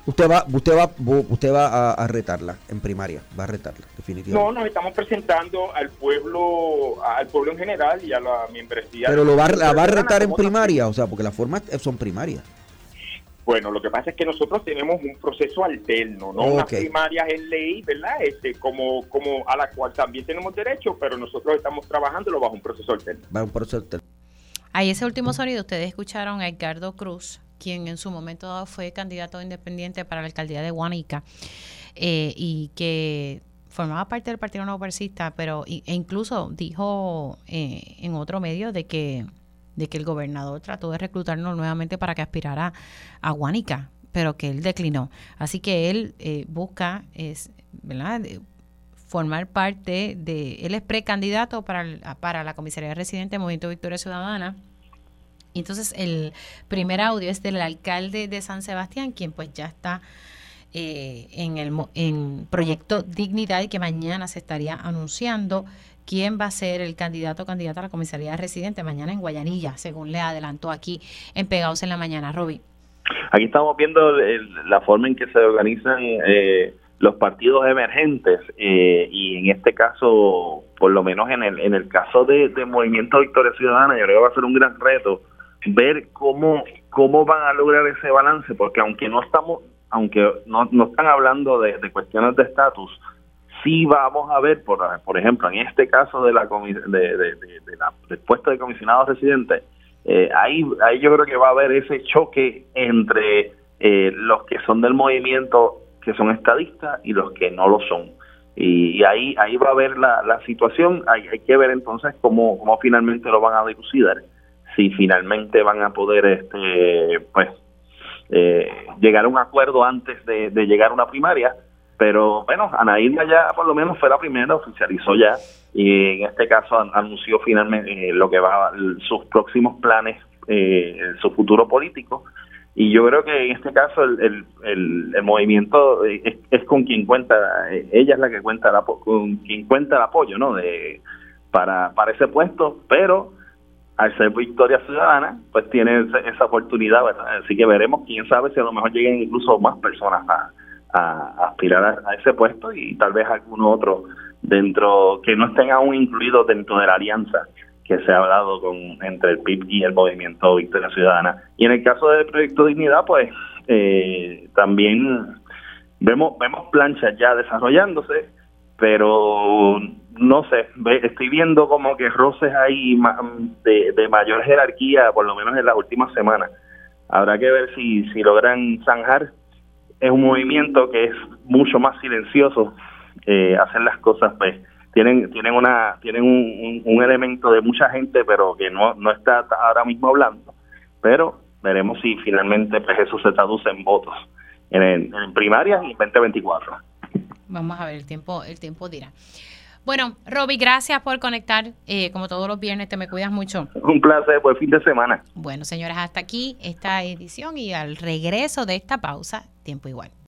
E: Usted va a retarla en primaria, va a retarla, definitivamente.
D: No, nos estamos presentando al pueblo en general y a la membresía.
E: Pero la va a retar en primaria, o sea, porque las formas son primarias.
D: Bueno, lo que pasa es que nosotros tenemos un proceso alterno, ¿no? Unas primarias en ley, ¿verdad? Como a la cual también tenemos derecho, pero nosotros estamos trabajándolo bajo un proceso alterno.
E: Bajo un proceso alterno.
B: Ahí ese último sonido, ustedes escucharon a Edgardo Cruz, quien en su momento dado fue candidato independiente para la alcaldía de Guánica, y que formaba parte del Partido Nuevo Progresista, pero incluso dijo en otro medio de que el gobernador trató de reclutarlo nuevamente para que aspirara a Guánica, pero que él declinó. Así que él busca, ¿verdad?, formar parte él es precandidato para la comisaría residente del Movimiento Victoria Ciudadana. Y entonces el primer audio es del alcalde de San Sebastián, quien pues ya está en Proyecto Dignidad, y que mañana se estaría anunciando quién va a ser el candidato o candidata a la comisaría residente mañana en Guayanilla, según le adelantó aquí en Pegados en la Mañana. Roby.
J: Aquí estamos viendo la forma en que se organizan los partidos emergentes, y en este caso, por lo menos en el caso de Movimiento Victoria Ciudadana, yo creo que va a ser un gran reto ver cómo van a lograr ese balance, porque aunque no están hablando de cuestiones de estatus, sí vamos a ver, por ejemplo, en este caso del puesto de comisionado residente, ahí yo creo que va a haber ese choque entre los que son del movimiento, que son estadistas, y los que no lo son. Y ahí va a haber la situación. Hay que ver entonces cómo finalmente lo van a dilucidar, si finalmente van a poder llegar a un acuerdo antes de llegar a una primaria. Pero bueno, Ana Hilda ya por lo menos fue la primera, oficializó ya, y en este caso anunció finalmente lo que va, sus próximos planes, su futuro político. Y yo creo que en este caso el movimiento es con quien cuenta, ella es la que cuenta con quien cuenta el apoyo, ¿no? Para ese puesto, pero al ser Victoria Ciudadana, pues tiene esa oportunidad, ¿verdad? Así que veremos, quién sabe si a lo mejor lleguen incluso más personas a aspirar a ese puesto, y tal vez alguno otro dentro que no estén aún incluidos dentro de la alianza que se ha hablado entre el PIB y el Movimiento Victoria Ciudadana. Y en el caso del Proyecto Dignidad, pues también vemos planchas ya desarrollándose, pero no sé, estoy viendo como que roces ahí de mayor jerarquía, por lo menos en las últimas semanas. Habrá que ver si logran zanjar. Es un movimiento que es mucho más silencioso, hacer las cosas, pues tienen un elemento de mucha gente, pero que no está ahora mismo hablando. Pero veremos si finalmente pues eso se traduce en votos en primarias y 2024.
B: Vamos a ver, el tiempo dirá. Bueno, Roby, gracias por conectar. Como todos los viernes, te me cuidas mucho.
J: Un placer, buen fin de semana.
B: Bueno, señoras, hasta aquí esta edición, y al regreso de esta pausa, tiempo igual.